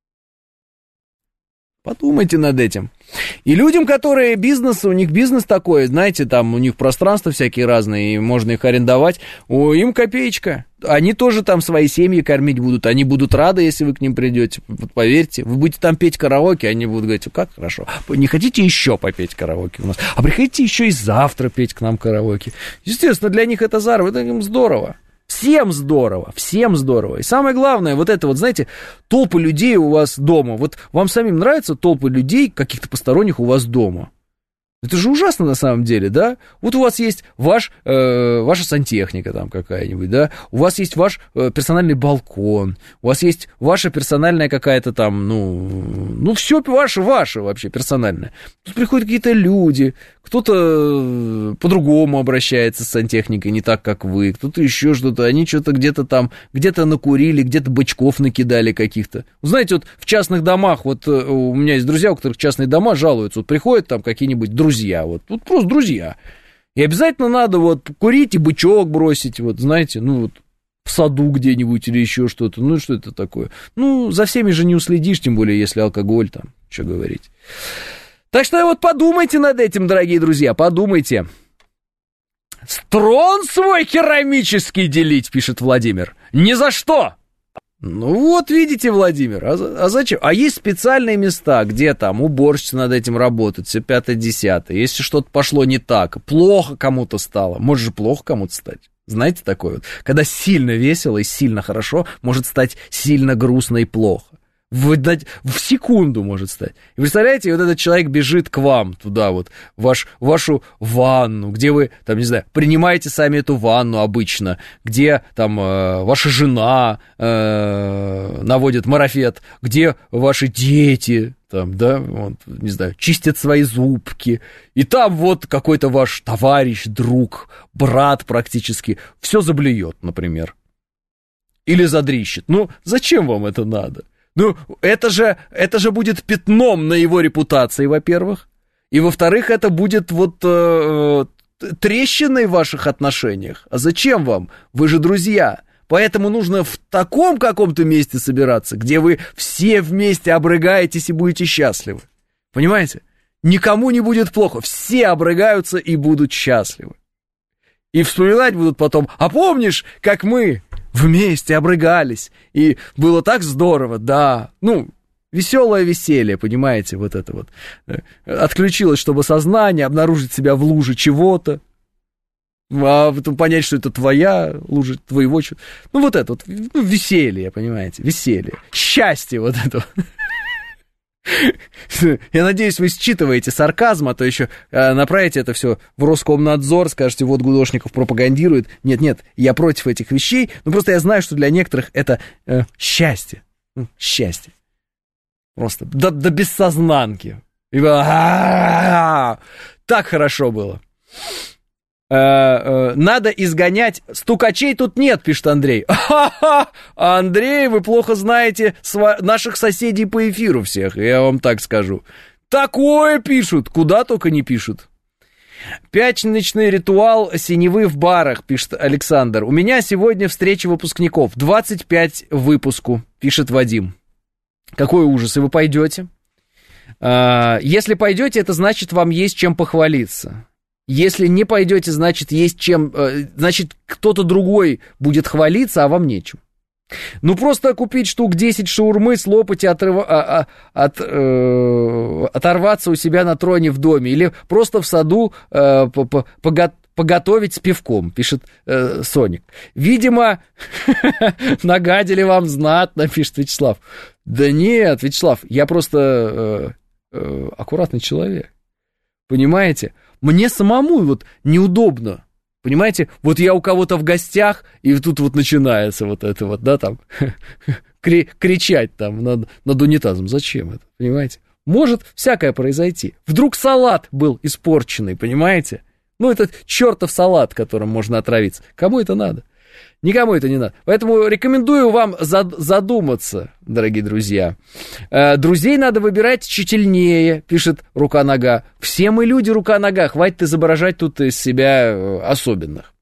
Подумайте над этим. И людям, которые бизнес, у них бизнес такой, знаете, там у них пространства всякие разные, и можно их арендовать, о, им копеечка. Они тоже там свои семьи кормить будут, они будут рады, если вы к ним придете, вот поверьте. Вы будете там петь караоке, они будут говорить: как хорошо, не хотите еще попеть караоке у нас? А приходите еще и завтра петь к нам караоке. Естественно, для них это заработок, это им здорово. Всем здорово, всем здорово. И самое главное, вот это вот, знаете, толпы людей у вас дома. Вот вам самим нравятся толпы людей, каких-то посторонних у вас дома? Это же ужасно на самом деле, да? Вот у вас есть ваш, э, ваша сантехника там какая-нибудь, да? У вас есть ваш э, персональный балкон, у вас есть ваша персональная какая-то там, ну, ну все ваше, ваше вообще персональное. Тут приходят какие-то люди, кто-то по-другому обращается с сантехникой, не так, как вы, кто-то еще что-то, они что-то где-то там, где-то накурили, где-то бычков накидали каких-то. Знаете, вот в частных домах, вот у меня есть друзья, у которых частные дома жалуются, вот приходят там какие-нибудь друзья, Друзья, вот, вот просто друзья. И обязательно надо вот курить и бычок бросить, вот, знаете, ну вот в саду где-нибудь или еще что-то. Ну, что это такое? Ну, за всеми же не уследишь, тем более, если алкоголь там, что говорить. Так что вот подумайте над этим, дорогие друзья, подумайте. Трон свой керамический делить, пишет Владимир. Ни за что! Ну вот, видите, Владимир, а, а зачем? А есть специальные места, где там уборщица над этим работает, все пятое-десятое. Если что-то пошло не так, плохо кому-то стало, может же плохо кому-то стать. Знаете такое вот? Когда сильно весело и сильно хорошо, может стать сильно грустно и плохо. В, в секунду может стать. И представляете, вот этот человек бежит к вам туда вот, в ваш, в вашу ванну, где вы, там, не знаю, принимаете сами эту ванну обычно, где там э, ваша жена э, наводит марафет, где ваши дети, там, да, вот, не знаю, чистят свои зубки, и там вот какой-то ваш товарищ, друг, брат практически все заблюет, например, или задрищет. Ну, зачем вам это надо? Ну, это же, это же будет пятном на его репутации, во-первых. И, во-вторых, это будет вот э, трещиной в ваших отношениях. А зачем вам? Вы же друзья. Поэтому нужно в таком каком-то месте собираться, где вы все вместе обрыгаетесь и будете счастливы. Понимаете? Никому не будет плохо. Все обрыгаются и будут счастливы. И вспоминать будут потом: а помнишь, как мы вместе обрыгались, и было так здорово, да, ну, веселое веселье, понимаете, вот это вот, отключилось, чтобы сознание, обнаружить себя в луже чего-то, а потом понять, что это твоя лужа, твоего чего-то, ну, вот это вот, ну, веселье, понимаете, веселье, счастье вот это. Я надеюсь, вы считываете сарказм, а то еще э, направите это все в Роскомнадзор, скажете, вот Гудошников пропагандирует. Нет-нет, я против этих вещей, но просто я знаю, что для некоторых это э, счастье. Ну, счастье. Просто до, до бессознанки. И вы, так хорошо было. Надо изгонять... Стукачей тут нет, пишет Андрей. Ха-ха! Андрей, вы плохо знаете сва... наших соседей по эфиру всех, я вам так скажу. Такое пишут, куда только не пишут. Пятничный ритуал синевы в барах, пишет Александр. У меня сегодня встреча выпускников. двадцать пять выпуску, пишет Вадим. Какой ужас, и вы пойдете? Если пойдете, это значит, вам есть чем похвалиться. Если не пойдете, значит, есть чем, значит, кто-то другой будет хвалиться, а вам нечем. Ну, просто купить штук десять шаурмы, слопать и отрыв... а, а, от, э, оторваться у себя на троне в доме. Или просто в саду э, поготовить с пивком, пишет э, Соник. Видимо, нагадили вам знатно, пишет Вячеслав. Да нет, Вячеслав, я просто э, э, аккуратный человек. Понимаете? Мне самому вот неудобно, понимаете, вот я у кого-то в гостях, и тут вот начинается вот это вот, да, там, кри- кричать там над, над унитазом, зачем это, понимаете, может всякое произойти, вдруг салат был испорченный, понимаете, ну, это чертов салат, которым можно отравиться, кому это надо? Никому это не надо. Поэтому рекомендую вам задуматься, дорогие друзья. Друзей надо выбирать тщательнее, пишет Рука-нога. Все мы люди рука-нога, хватит изображать тут из себя особенных.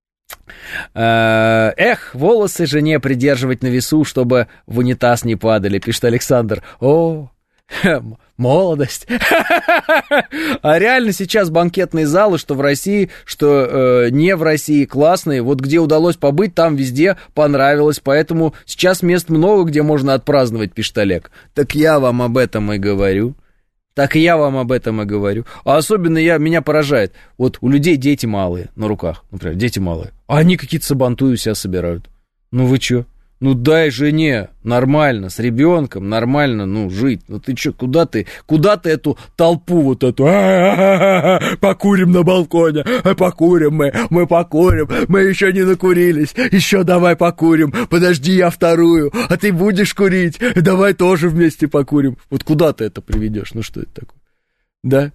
Эх, волосы жене придерживать на весу, чтобы в унитаз не падали, пишет Александр. О, молодость. А реально сейчас банкетные залы, что в России, что э, не в России, классные. Вот где удалось побыть, там везде понравилось. Поэтому сейчас мест много, где можно отпраздновать, пишет Олег. Так я вам об этом и говорю. Так я вам об этом и говорю. А особенно я, меня поражает. Вот у людей дети малые на руках. Например, дети малые. А они какие-то сабантуи у себя собирают. Ну вы чё? Ну, дай жене нормально, с ребенком нормально, ну, жить. Ну, ты что, куда ты, куда ты эту толпу вот эту, а-а-а-а, покурим на балконе, покурим мы, мы покурим, мы еще не накурились, еще давай покурим, подожди, я вторую, а ты будешь курить, давай тоже вместе покурим. Вот куда ты это приведешь, ну, что это такое, да?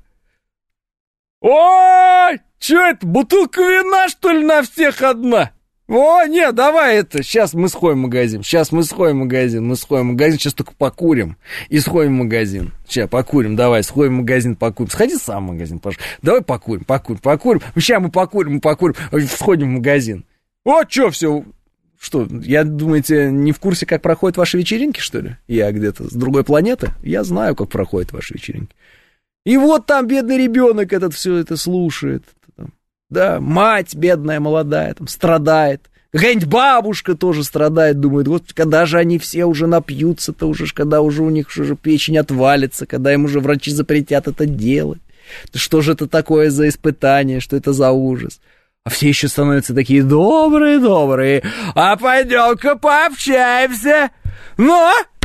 Ой, что это, бутылка вина, что ли, на всех одна? О, нет, давай это, сейчас мы сходим в магазин, сейчас мы сходим в магазин, мы сходим в магазин, сейчас только покурим и сходим в магазин. Сейчас покурим, давай, сходим в магазин, покурим. Сходи сам в магазин, пожалуйста. Давай покурим, покурим, покурим. Сейчас мы покурим, мы покурим, сходим в магазин. О, что все, что, я, думаете, не в курсе, как проходят ваши вечеринки, что ли? Я где-то с другой планеты, я знаю, как проходят ваши вечеринки. И вот там бедный ребенок этот все это слушает. Да, мать бедная, молодая, там, страдает. Какая-нибудь бабушка тоже страдает, думает, вот когда же они все уже напьются-то уже, когда уже у них уже печень отвалится, когда им уже врачи запретят это делать. Что же это такое за испытание, что это за ужас? А все еще становятся такие добрые-добрые. А пойдем-ка пообщаемся. Ну?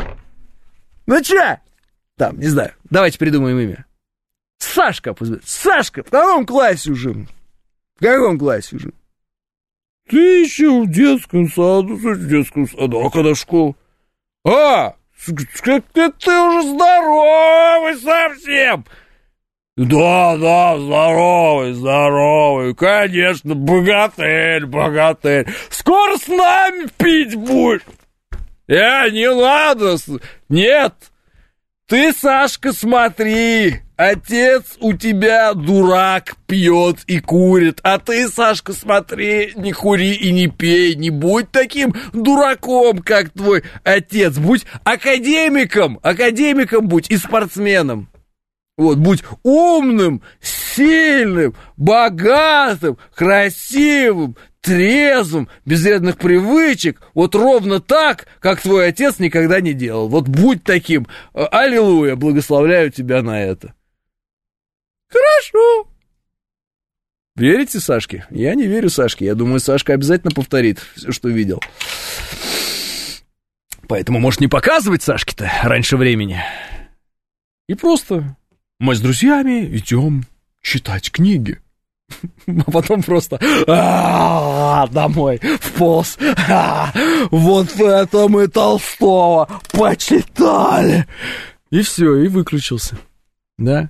Ну че? Там, не знаю, давайте придумаем имя. Сашка, пусть будет. Сашка, в каком классе уже? В каком классе уже? Ты еще в детском саду, в детском саду, а когда в школу? А, как ты, ты уже здоровый совсем. Да, да, здоровый, здоровый, конечно, богатырь, богатырь. Скоро с нами пить будешь? Э, не надо, нет. Ты, Сашка, смотри, отец у тебя дурак, пьет и курит, а ты, Сашка, смотри, не кури и не пей, не будь таким дураком, как твой отец, будь академиком, академиком будь и спортсменом. Вот, будь умным, сильным, богатым, красивым, трезвым, без вредных привычек, вот ровно так, как твой отец никогда не делал. Вот будь таким. Аллилуйя, благословляю тебя на это. Хорошо. Верите Сашке? Я не верю Сашке. Я думаю, Сашка обязательно повторит все, что видел. Поэтому, может, не показывать Сашке-то раньше времени. И просто мы с друзьями идем читать книги. А потом просто домой вполз. Вот это мы Толстого почитали. И все, и выключился. Да.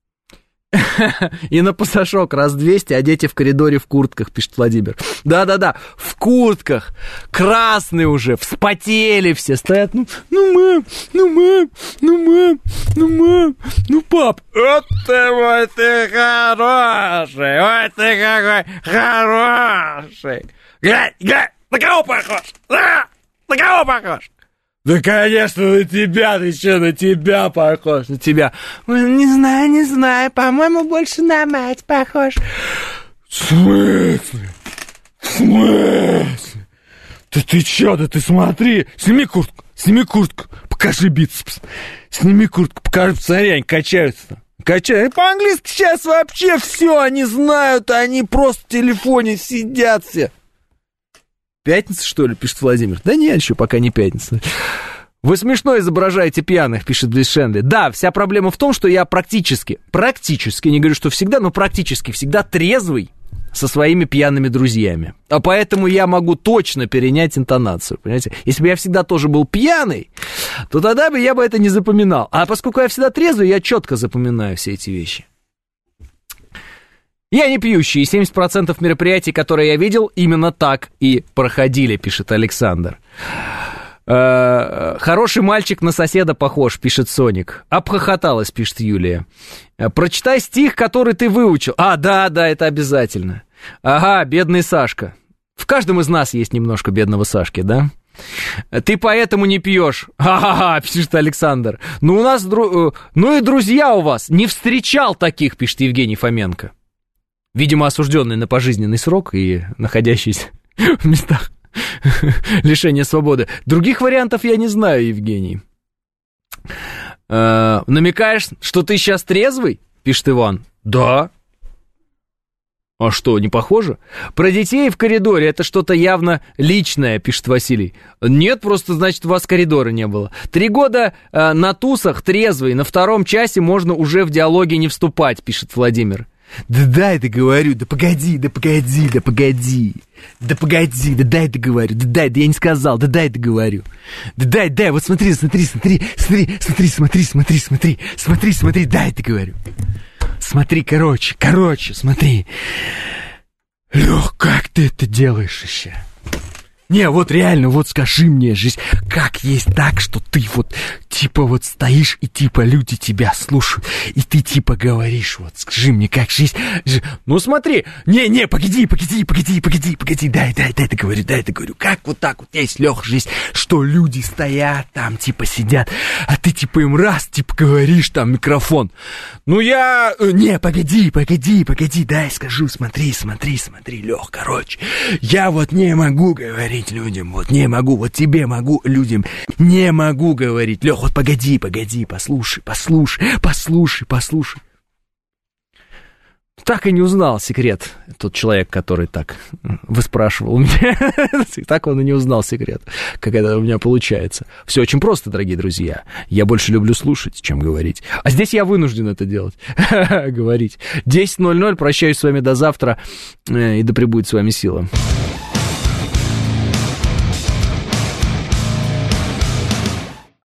И на пасашок раз двести, а дети в коридоре в куртках, пишет Владимир. Да-да-да, в куртках, красные уже, вспотели все, стоят, ну, ну, мам, ну, мам, ну, мам, ну, мам, ну, пап. Вот ты мой, ты хороший, ой, ты какой хороший. Глянь, глянь, на кого похож? А, на кого похож? Да, конечно, на тебя, ты что, на тебя похож, на тебя. Не знаю, не знаю, по-моему, больше на мать похож. В смысле? В смысле? Да ты что, да ты смотри, сними куртку, сними куртку, покажи бицепс. Сними куртку, покажи, посмотри, они качаются. Качают. По-английски сейчас вообще все они знают, они просто в телефоне сидят все. Пятница, что ли, пишет Владимир? Да нет, еще пока не пятница. Вы смешно изображаете пьяных, пишет Близ Шенли. Да, вся проблема в том, что я практически, практически, не говорю, что всегда, но практически всегда трезвый со своими пьяными друзьями. А поэтому я могу точно перенять интонацию, понимаете? Если бы я всегда тоже был пьяный, то тогда бы я бы это не запоминал. А поскольку я всегда трезвый, я четко запоминаю все эти вещи. Я не пьющий, и семьдесят процентов мероприятий, которые я видел, именно так и проходили, пишет Александр. Хороший мальчик на соседа похож, пишет Соник. Обхохоталась, пишет Юлия. Прочитай стих, который ты выучил. А, да, да, это обязательно. Ага, бедный Сашка. В каждом из нас есть немножко бедного Сашки, да? Ты поэтому не пьешь. Ха-ха-ха, пишет Александр. Ну, у нас, дру... ну и друзья у вас. Не встречал таких, пишет Евгений Фоменко. Видимо, осужденный на пожизненный срок и находящийся в местах лишения свободы. Других вариантов я не знаю, Евгений. Э, намекаешь, что ты сейчас трезвый? Пишет Иван. Да. А что, не похоже? Про детей в коридоре это что-то явно личное, пишет Василий. Нет, просто, значит, у вас коридора не было. Три года э, на тусах трезвый, на втором часе можно уже в диалоги не вступать, пишет Владимир. Да дай договорю, да погоди, да погоди, да погоди, да погоди, да дай договорю, да дай, да я не сказал, да дай договорю, да дай, дай, вот смотри, смотри, смотри, смотри, смотри, смотри, смотри, смотри, смотри, смотри, дай договорю. Смотри, короче, короче, смотри. Лёх, как ты это делаешь еще? Не, вот реально, вот скажи мне, жизнь, как есть так, что ты вот, типа, вот стоишь, и типа люди тебя слушают, и ты типа говоришь, вот, скажи мне, как жизнь, жизнь. Ну смотри, не-не, погоди, погоди, погоди, погоди, погоди, дай, дай, дай, ты говорю, дай, ты говорю, как вот так вот есть, Лёх, жизнь, что люди стоят там, типа, сидят, а ты типа им раз, типа, говоришь там микрофон. Ну я, не, погоди, погоди, погоди, дай скажу, смотри, смотри, смотри, Лёх, короче, я вот не могу говорить людям, вот не могу, вот тебе могу, людям не могу говорить. Лёх, вот погоди, погоди, послушай, послушай, послушай, послушай. Так и не узнал секрет тот человек, который так выспрашивал у меня. Так он и не узнал секрет, как это у меня получается. Все очень просто, дорогие друзья. Я больше люблю слушать, чем говорить. А здесь я вынужден это делать. Говорить. десять ноль ноль. Прощаюсь с вами до завтра. И да пребудет с вами сила.